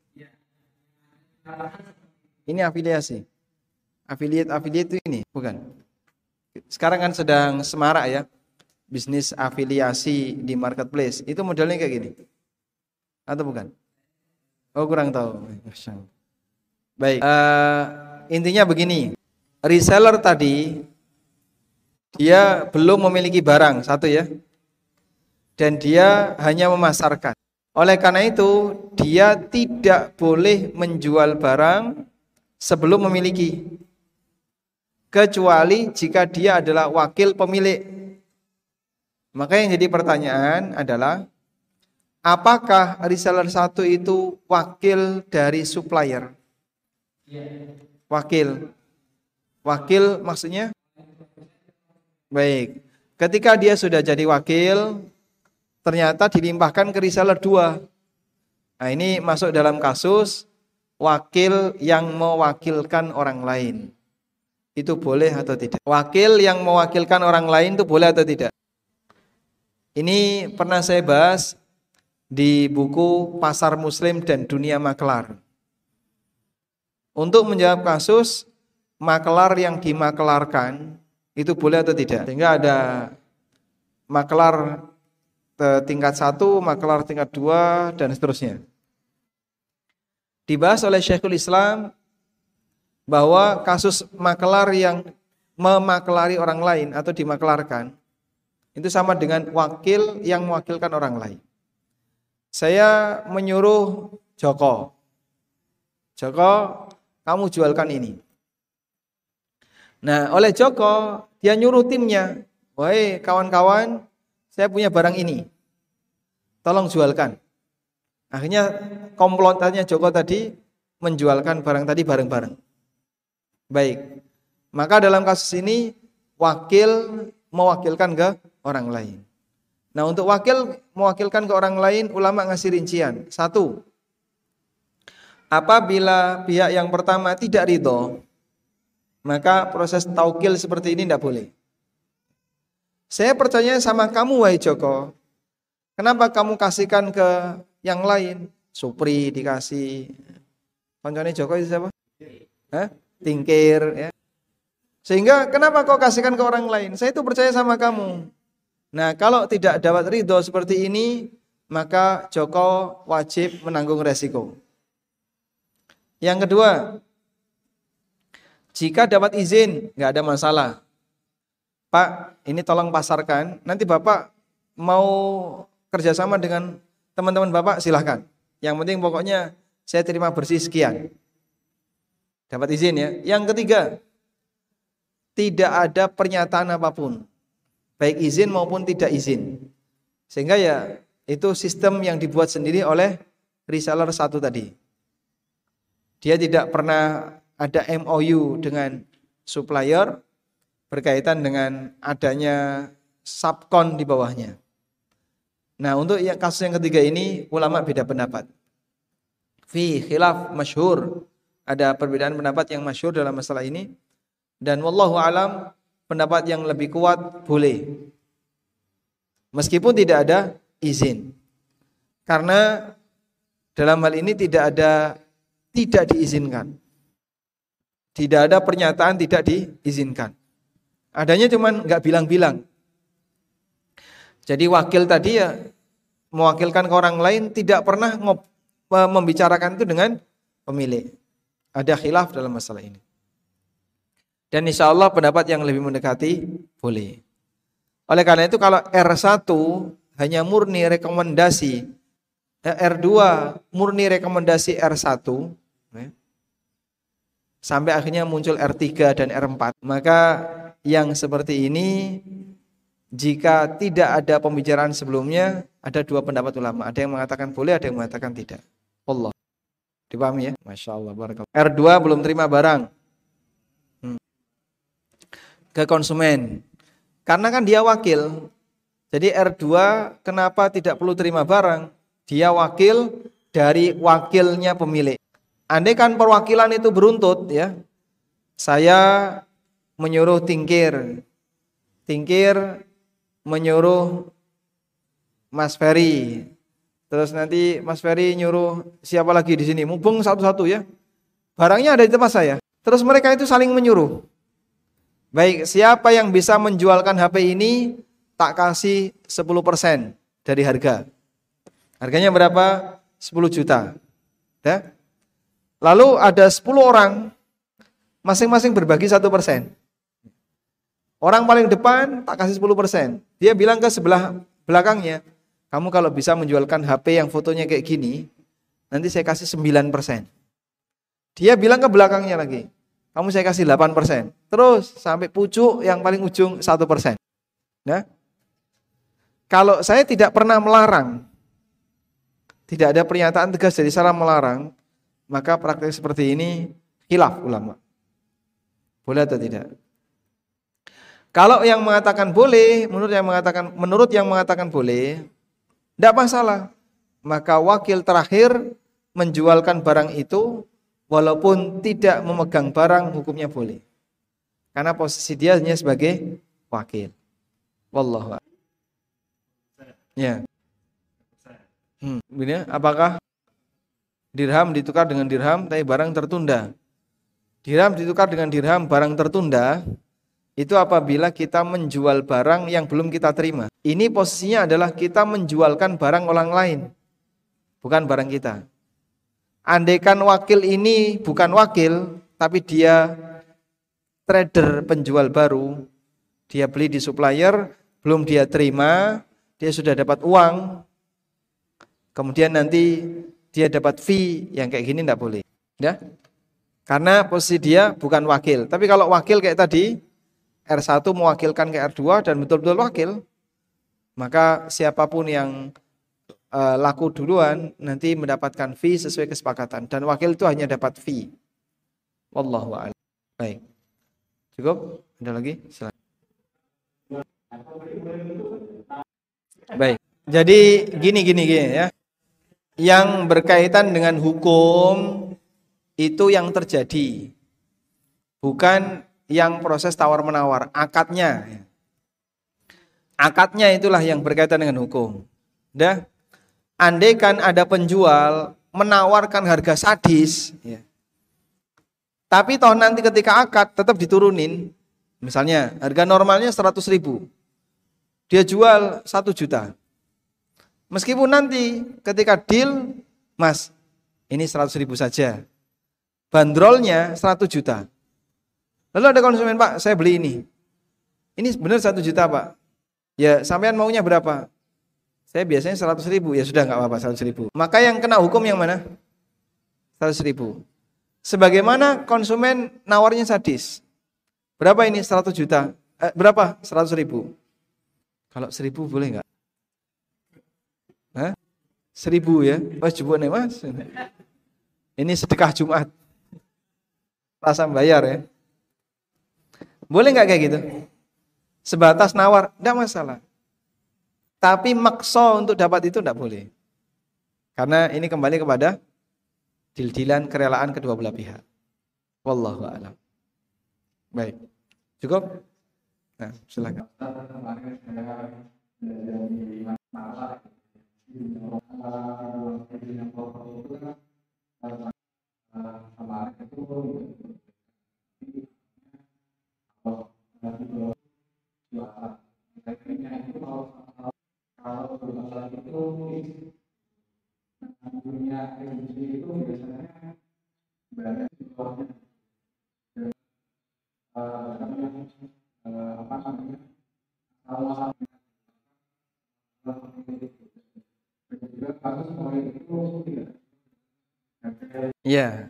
Ini afiliasi. Affiliate itu ini, bukan. Sekarang kan sedang semarak ya. Bisnis afiliasi di marketplace. Itu modelnya kayak gini. Atau bukan? Oh, kurang tahu. Baik. Intinya begini. Reseller tadi dia belum memiliki barang satu ya. Dan dia hanya memasarkan. Oleh karena itu, dia tidak boleh menjual barang sebelum memiliki. Kecuali jika dia adalah wakil pemilik. Maka yang jadi pertanyaan adalah, apakah reseller satu itu wakil dari supplier? Wakil. Wakil maksudnya? Baik. Ketika dia sudah jadi wakil, ternyata dilimpahkan ke reseller 2. Nah, ini masuk dalam kasus wakil yang mewakilkan orang lain. Itu boleh atau tidak? Wakil yang mewakilkan orang lain itu boleh atau tidak? Ini pernah saya bahas di buku Pasar Muslim dan Dunia Maklar. Untuk menjawab kasus maklar yang dimaklarkan itu boleh atau tidak? Sehingga ada maklar tingkat 1, maklar tingkat 2 dan seterusnya. Dibahas oleh Syekhul Islam bahwa kasus maklar yang memaklari orang lain atau dimaklarkan itu sama dengan wakil yang mewakilkan orang lain. Saya menyuruh Joko, kamu jualkan ini. Nah, oleh Joko dia nyuruh timnya, wahai kawan-kawan, saya punya barang ini, tolong jualkan. Akhirnya komplotannya Joko tadi menjualkan barang tadi bareng-bareng. Baik, maka dalam kasus ini wakil mewakilkan ke orang lain. Nah, untuk wakil mewakilkan ke orang lain, ulama ngasih rincian. 1. Apabila pihak yang pertama tidak ridho, maka proses taukil seperti ini tidak boleh. Saya percaya sama kamu, wahai Joko. Kenapa kamu kasihkan ke yang lain? Supri dikasih. Koncone Joko itu siapa? Hah? Tingkir. Ya. Sehingga kenapa kau kasihkan ke orang lain? Saya itu percaya sama kamu. Nah, kalau tidak dapat ridho seperti ini, maka Joko wajib menanggung resiko. Yang kedua, jika dapat izin, nggak ada masalah. Pak, ini tolong pasarkan. Nanti Bapak mau kerjasama dengan teman-teman Bapak, silahkan. Yang penting pokoknya saya terima bersih sekian. Dapat izin ya. Yang ketiga, tidak ada pernyataan apapun. Baik izin maupun tidak izin. Sehingga ya itu sistem yang dibuat sendiri oleh reseller 1 tadi. Dia tidak pernah ada MOU dengan supplier berkaitan dengan adanya subkon di bawahnya. Nah, untuk yang kasus yang ketiga ini ulama beda pendapat. Fi khilaf masyhur, ada perbedaan pendapat yang masyhur dalam masalah ini, dan wallahu alam pendapat yang lebih kuat boleh. Meskipun tidak ada izin. Karena dalam hal ini tidak diizinkan. Tidak ada pernyataan tidak diizinkan. Adanya cuman enggak bilang-bilang. Jadi wakil tadi ya mewakilkan ke orang lain, tidak pernah membicarakan itu dengan pemilik. Ada khilaf dalam masalah ini. Dan insya Allah pendapat yang lebih mendekati boleh. Oleh karena itu kalau R1 hanya murni rekomendasi, R2 murni rekomendasi R1, sampai akhirnya muncul R3 dan R4, maka yang seperti ini jika tidak ada pembicaraan sebelumnya, ada 2 pendapat ulama. Ada yang mengatakan boleh, ada yang mengatakan tidak. Allah. Dipahami ya? Masya Allah. Barakallah. R2 belum terima barang ke konsumen. Karena kan dia wakil. Jadi R2 kenapa tidak perlu terima barang? Dia wakil dari wakilnya pemilik. Andai kan perwakilan itu beruntut ya. Saya menyuruh Tingkir menyuruh Mas Ferry. Terus nanti Mas Ferry nyuruh siapa lagi di sini? Mumpung satu-satu ya. Barangnya ada di tempat saya. Terus mereka itu saling menyuruh. Baik, siapa yang bisa menjualkan HP ini tak kasih 10% dari harga. Harganya berapa? 10 juta. Ya. Lalu ada 10 orang, masing-masing berbagi 1%. Orang paling depan tak kasih 10%. Dia bilang ke sebelah belakangnya, kamu kalau bisa menjualkan HP yang fotonya kayak gini, nanti saya kasih 9%. Dia bilang ke belakangnya lagi, kamu saya kasih 8%. Terus sampai pucuk yang paling ujung 1%. Nah, kalau saya tidak pernah melarang, tidak ada pernyataan tegas dari saya melarang, maka praktek seperti ini khilaf ulama. Boleh atau tidak? Kalau yang mengatakan boleh, menurut yang mengatakan boleh, tidak masalah. Maka wakil terakhir menjualkan barang itu walaupun tidak memegang barang, hukumnya boleh. Karena posisi dia hanya sebagai wakil. Wallahu a'lam. Ya. Ini apakah dirham ditukar dengan dirham tapi barang tertunda? Dirham ditukar dengan dirham barang tertunda itu apabila kita menjual barang yang belum kita terima. Ini posisinya adalah kita menjualkan barang orang lain, bukan barang kita. Andaikan wakil ini bukan wakil, tapi dia trader penjual baru, dia beli di supplier, belum dia terima, dia sudah dapat uang, kemudian nanti dia dapat fee, yang kayak gini tidak boleh. Ya? Karena posisi dia bukan wakil. Tapi kalau wakil kayak tadi, R1 mewakilkan ke R2 dan betul-betul wakil, maka siapapun yang laku duluan nanti mendapatkan fee sesuai kesepakatan, dan wakil itu hanya dapat fee. Wallahu a'lam. Baik. Cukup? Ada lagi? Silakan. Baik. Jadi gini ya. Yang berkaitan dengan hukum itu yang terjadi, bukan yang proses tawar-menawar, akadnya. Akadnya itulah yang berkaitan dengan hukum. Dah, andai kan ada penjual menawarkan harga sadis, ya. Tapi toh nanti ketika akad tetap diturunin. Misalnya harga normalnya 100.000, dia jual 1 juta. Meskipun nanti ketika deal, Mas, ini 100.000 saja, bandrolnya 100 juta. Lalu ada konsumen, Pak, saya beli ini benar 1 juta, Pak. Ya, sampean maunya berapa? Saya biasanya 100.000. Ya sudah, nggak apa-apa 100.000. Maka yang kena hukum yang mana? 100.000. Sebagaimana konsumen nawarnya sadis. Berapa ini 100 juta? Berapa? 100.000. Kalau 1.000 boleh nggak? 1.000 ya? Oh, coba nih, Mas. Ini sedekah Jumat. Rasa bayar ya. Boleh nggak kayak gitu? Sebatas nawar, enggak masalah. Tapi maksa untuk dapat itu enggak boleh. Karena ini kembali kepada deal-dealan kerelaan kedua belah pihak. Wallahu a'lam. Baik. Cukup? Nah, silakan. Ya,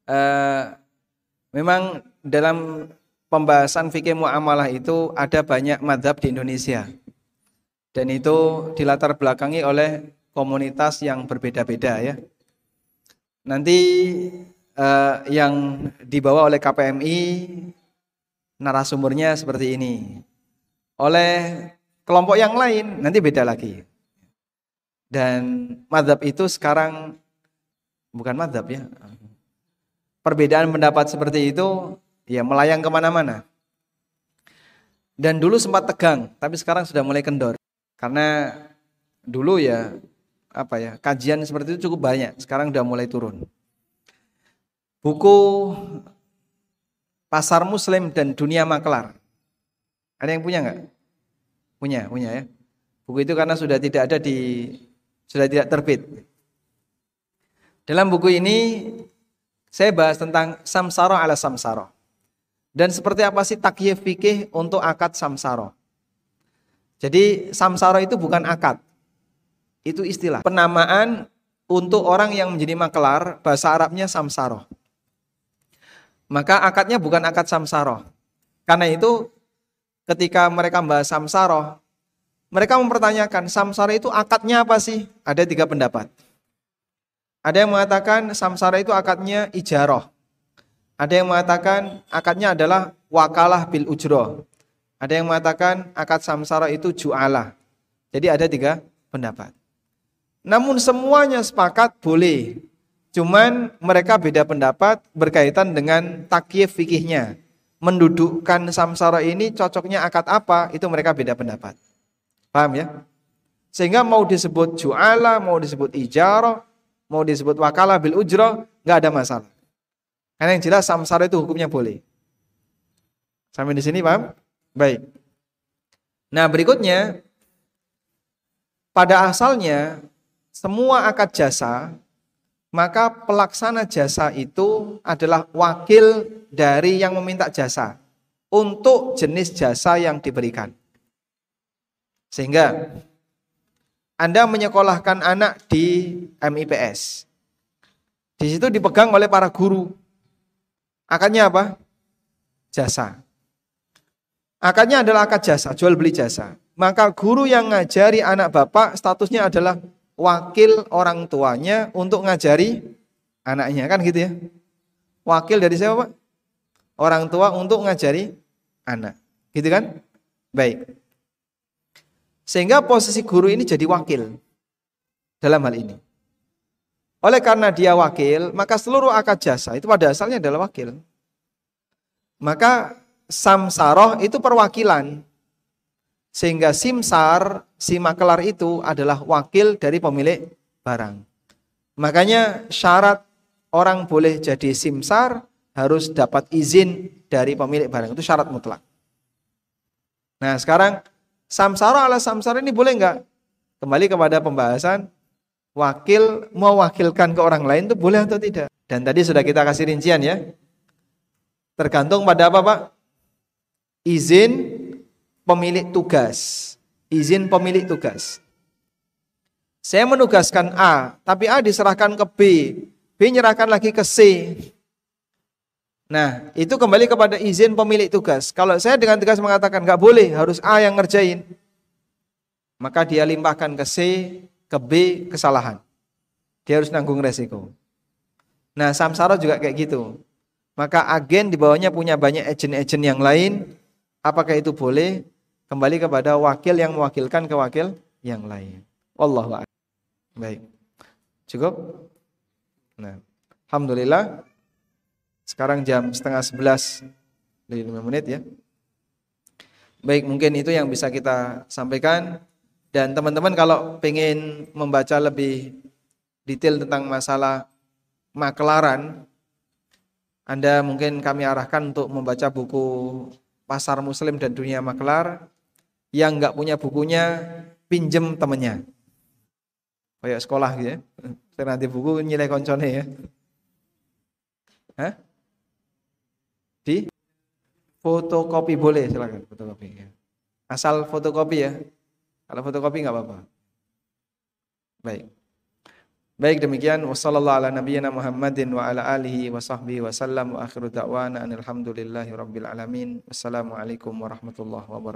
memang dalam pembahasan fikih muamalah itu ada banyak mazhab di Indonesia, dan itu dilatar belakangi oleh komunitas yang berbeda-beda ya. Nanti yang dibawa oleh KPMI narasumbernya seperti ini, oleh kelompok yang lain nanti beda lagi. Dan mazhab itu sekarang bukan mazhab ya, perbedaan pendapat seperti itu ya melayang kemana-mana. Dan dulu sempat tegang, tapi sekarang sudah mulai kendor. Karena dulu ya kajian seperti itu cukup banyak, sekarang sudah mulai turun. Buku Pasar Muslim dan Dunia Maklar, ada yang punya nggak? Punya ya. Buku itu karena sudah tidak terbit. Dalam buku ini saya bahas tentang samsara ala samsara. Dan seperti apa sih takyif fikih untuk akad samsara. Jadi samsara itu bukan akad. Itu istilah penamaan untuk orang yang menjadi maklar, bahasa Arabnya samsara. Maka akadnya bukan akad samsara. Karena itu ketika mereka membahas samsara, mereka mempertanyakan samsara itu akadnya apa sih? Ada 3 pendapat. Ada yang mengatakan samsara itu akadnya ijarah. Ada yang mengatakan akadnya adalah wakalah bil ujroh. Ada yang mengatakan akad samsara itu ju'alah. Jadi ada 3 pendapat. Namun semuanya sepakat boleh. Cuman mereka beda pendapat berkaitan dengan takyif fikihnya. Mendudukkan samsara ini cocoknya akad apa, itu mereka beda pendapat. Paham ya? Sehingga mau disebut ju'ala, mau disebut ijarah, mau disebut wakalah bil ujrah, enggak ada masalah. Karena yang jelas samsara itu hukumnya boleh. Sampai di sini paham? Baik. Nah, berikutnya pada asalnya semua akad jasa, maka pelaksana jasa itu adalah wakil dari yang meminta jasa untuk jenis jasa yang diberikan. Sehingga Anda menyekolahkan anak di MIPS. Di situ dipegang oleh para guru. Akadnya apa? Jasa. Akadnya adalah akad jasa, jual beli jasa. Maka guru yang ngajari anak bapak statusnya adalah wakil orang tuanya untuk ngajari anaknya, kan gitu ya. Wakil dari siapa, Pak? Orang tua untuk ngajari anak. Gitu kan? Baik. Sehingga posisi guru ini jadi wakil dalam hal ini. Oleh karena dia wakil, maka seluruh akad jasa itu pada asalnya adalah wakil. Maka samsaroh itu perwakilan. Sehingga simsar, si makelar itu adalah wakil dari pemilik barang. Makanya syarat orang boleh jadi simsar harus dapat izin dari pemilik barang. Itu syarat mutlak. Nah sekarang samsara ala samsara ini boleh enggak? Kembali kepada pembahasan wakil mewakilkan ke orang lain itu boleh atau tidak. Dan tadi sudah kita kasih rincian ya. Tergantung pada apa Pak? Izin pemilik tugas. Izin pemilik tugas. Saya menugaskan A, tapi A diserahkan ke B. B nyerahkan lagi ke C. Nah, itu kembali kepada izin pemilik tugas. Kalau saya dengan tegas mengatakan nggak boleh, harus A yang ngerjain, maka dia limpahkan ke C, ke B kesalahan. Dia harus nanggung resiko. Nah, samsara juga kayak gitu. Maka agen di bawahnya punya banyak agen-agen yang lain. Apakah itu boleh? Kembali kepada wakil yang mewakilkan ke wakil yang lain. Wallahu a'lam. Baik. Cukup? Nah, alhamdulillah. Sekarang jam 10:30, 5 menit ya. Baik, mungkin itu yang bisa kita sampaikan. Dan teman-teman kalau pengen membaca lebih detail tentang masalah makelaran, Anda mungkin kami arahkan untuk membaca buku Pasar Muslim dan Dunia Makelar. Yang nggak punya bukunya, pinjem temennya. Kayak sekolah gitu ya. Saya nanti buku nilai koncone ya. Hah? Di fotokopi boleh, silakan fotokopi ya. Asal fotokopi ya. Kalau fotokopi nggak apa-apa. Baik. Baik demikian wassallallahu ala nabiyyina Muhammadin wa ala alihi wa sahbihi wa sallam wa akhiru da'wana alhamdulillahi rabbil alamin. Wassalamualaikum warahmatullahi wabarakatuh.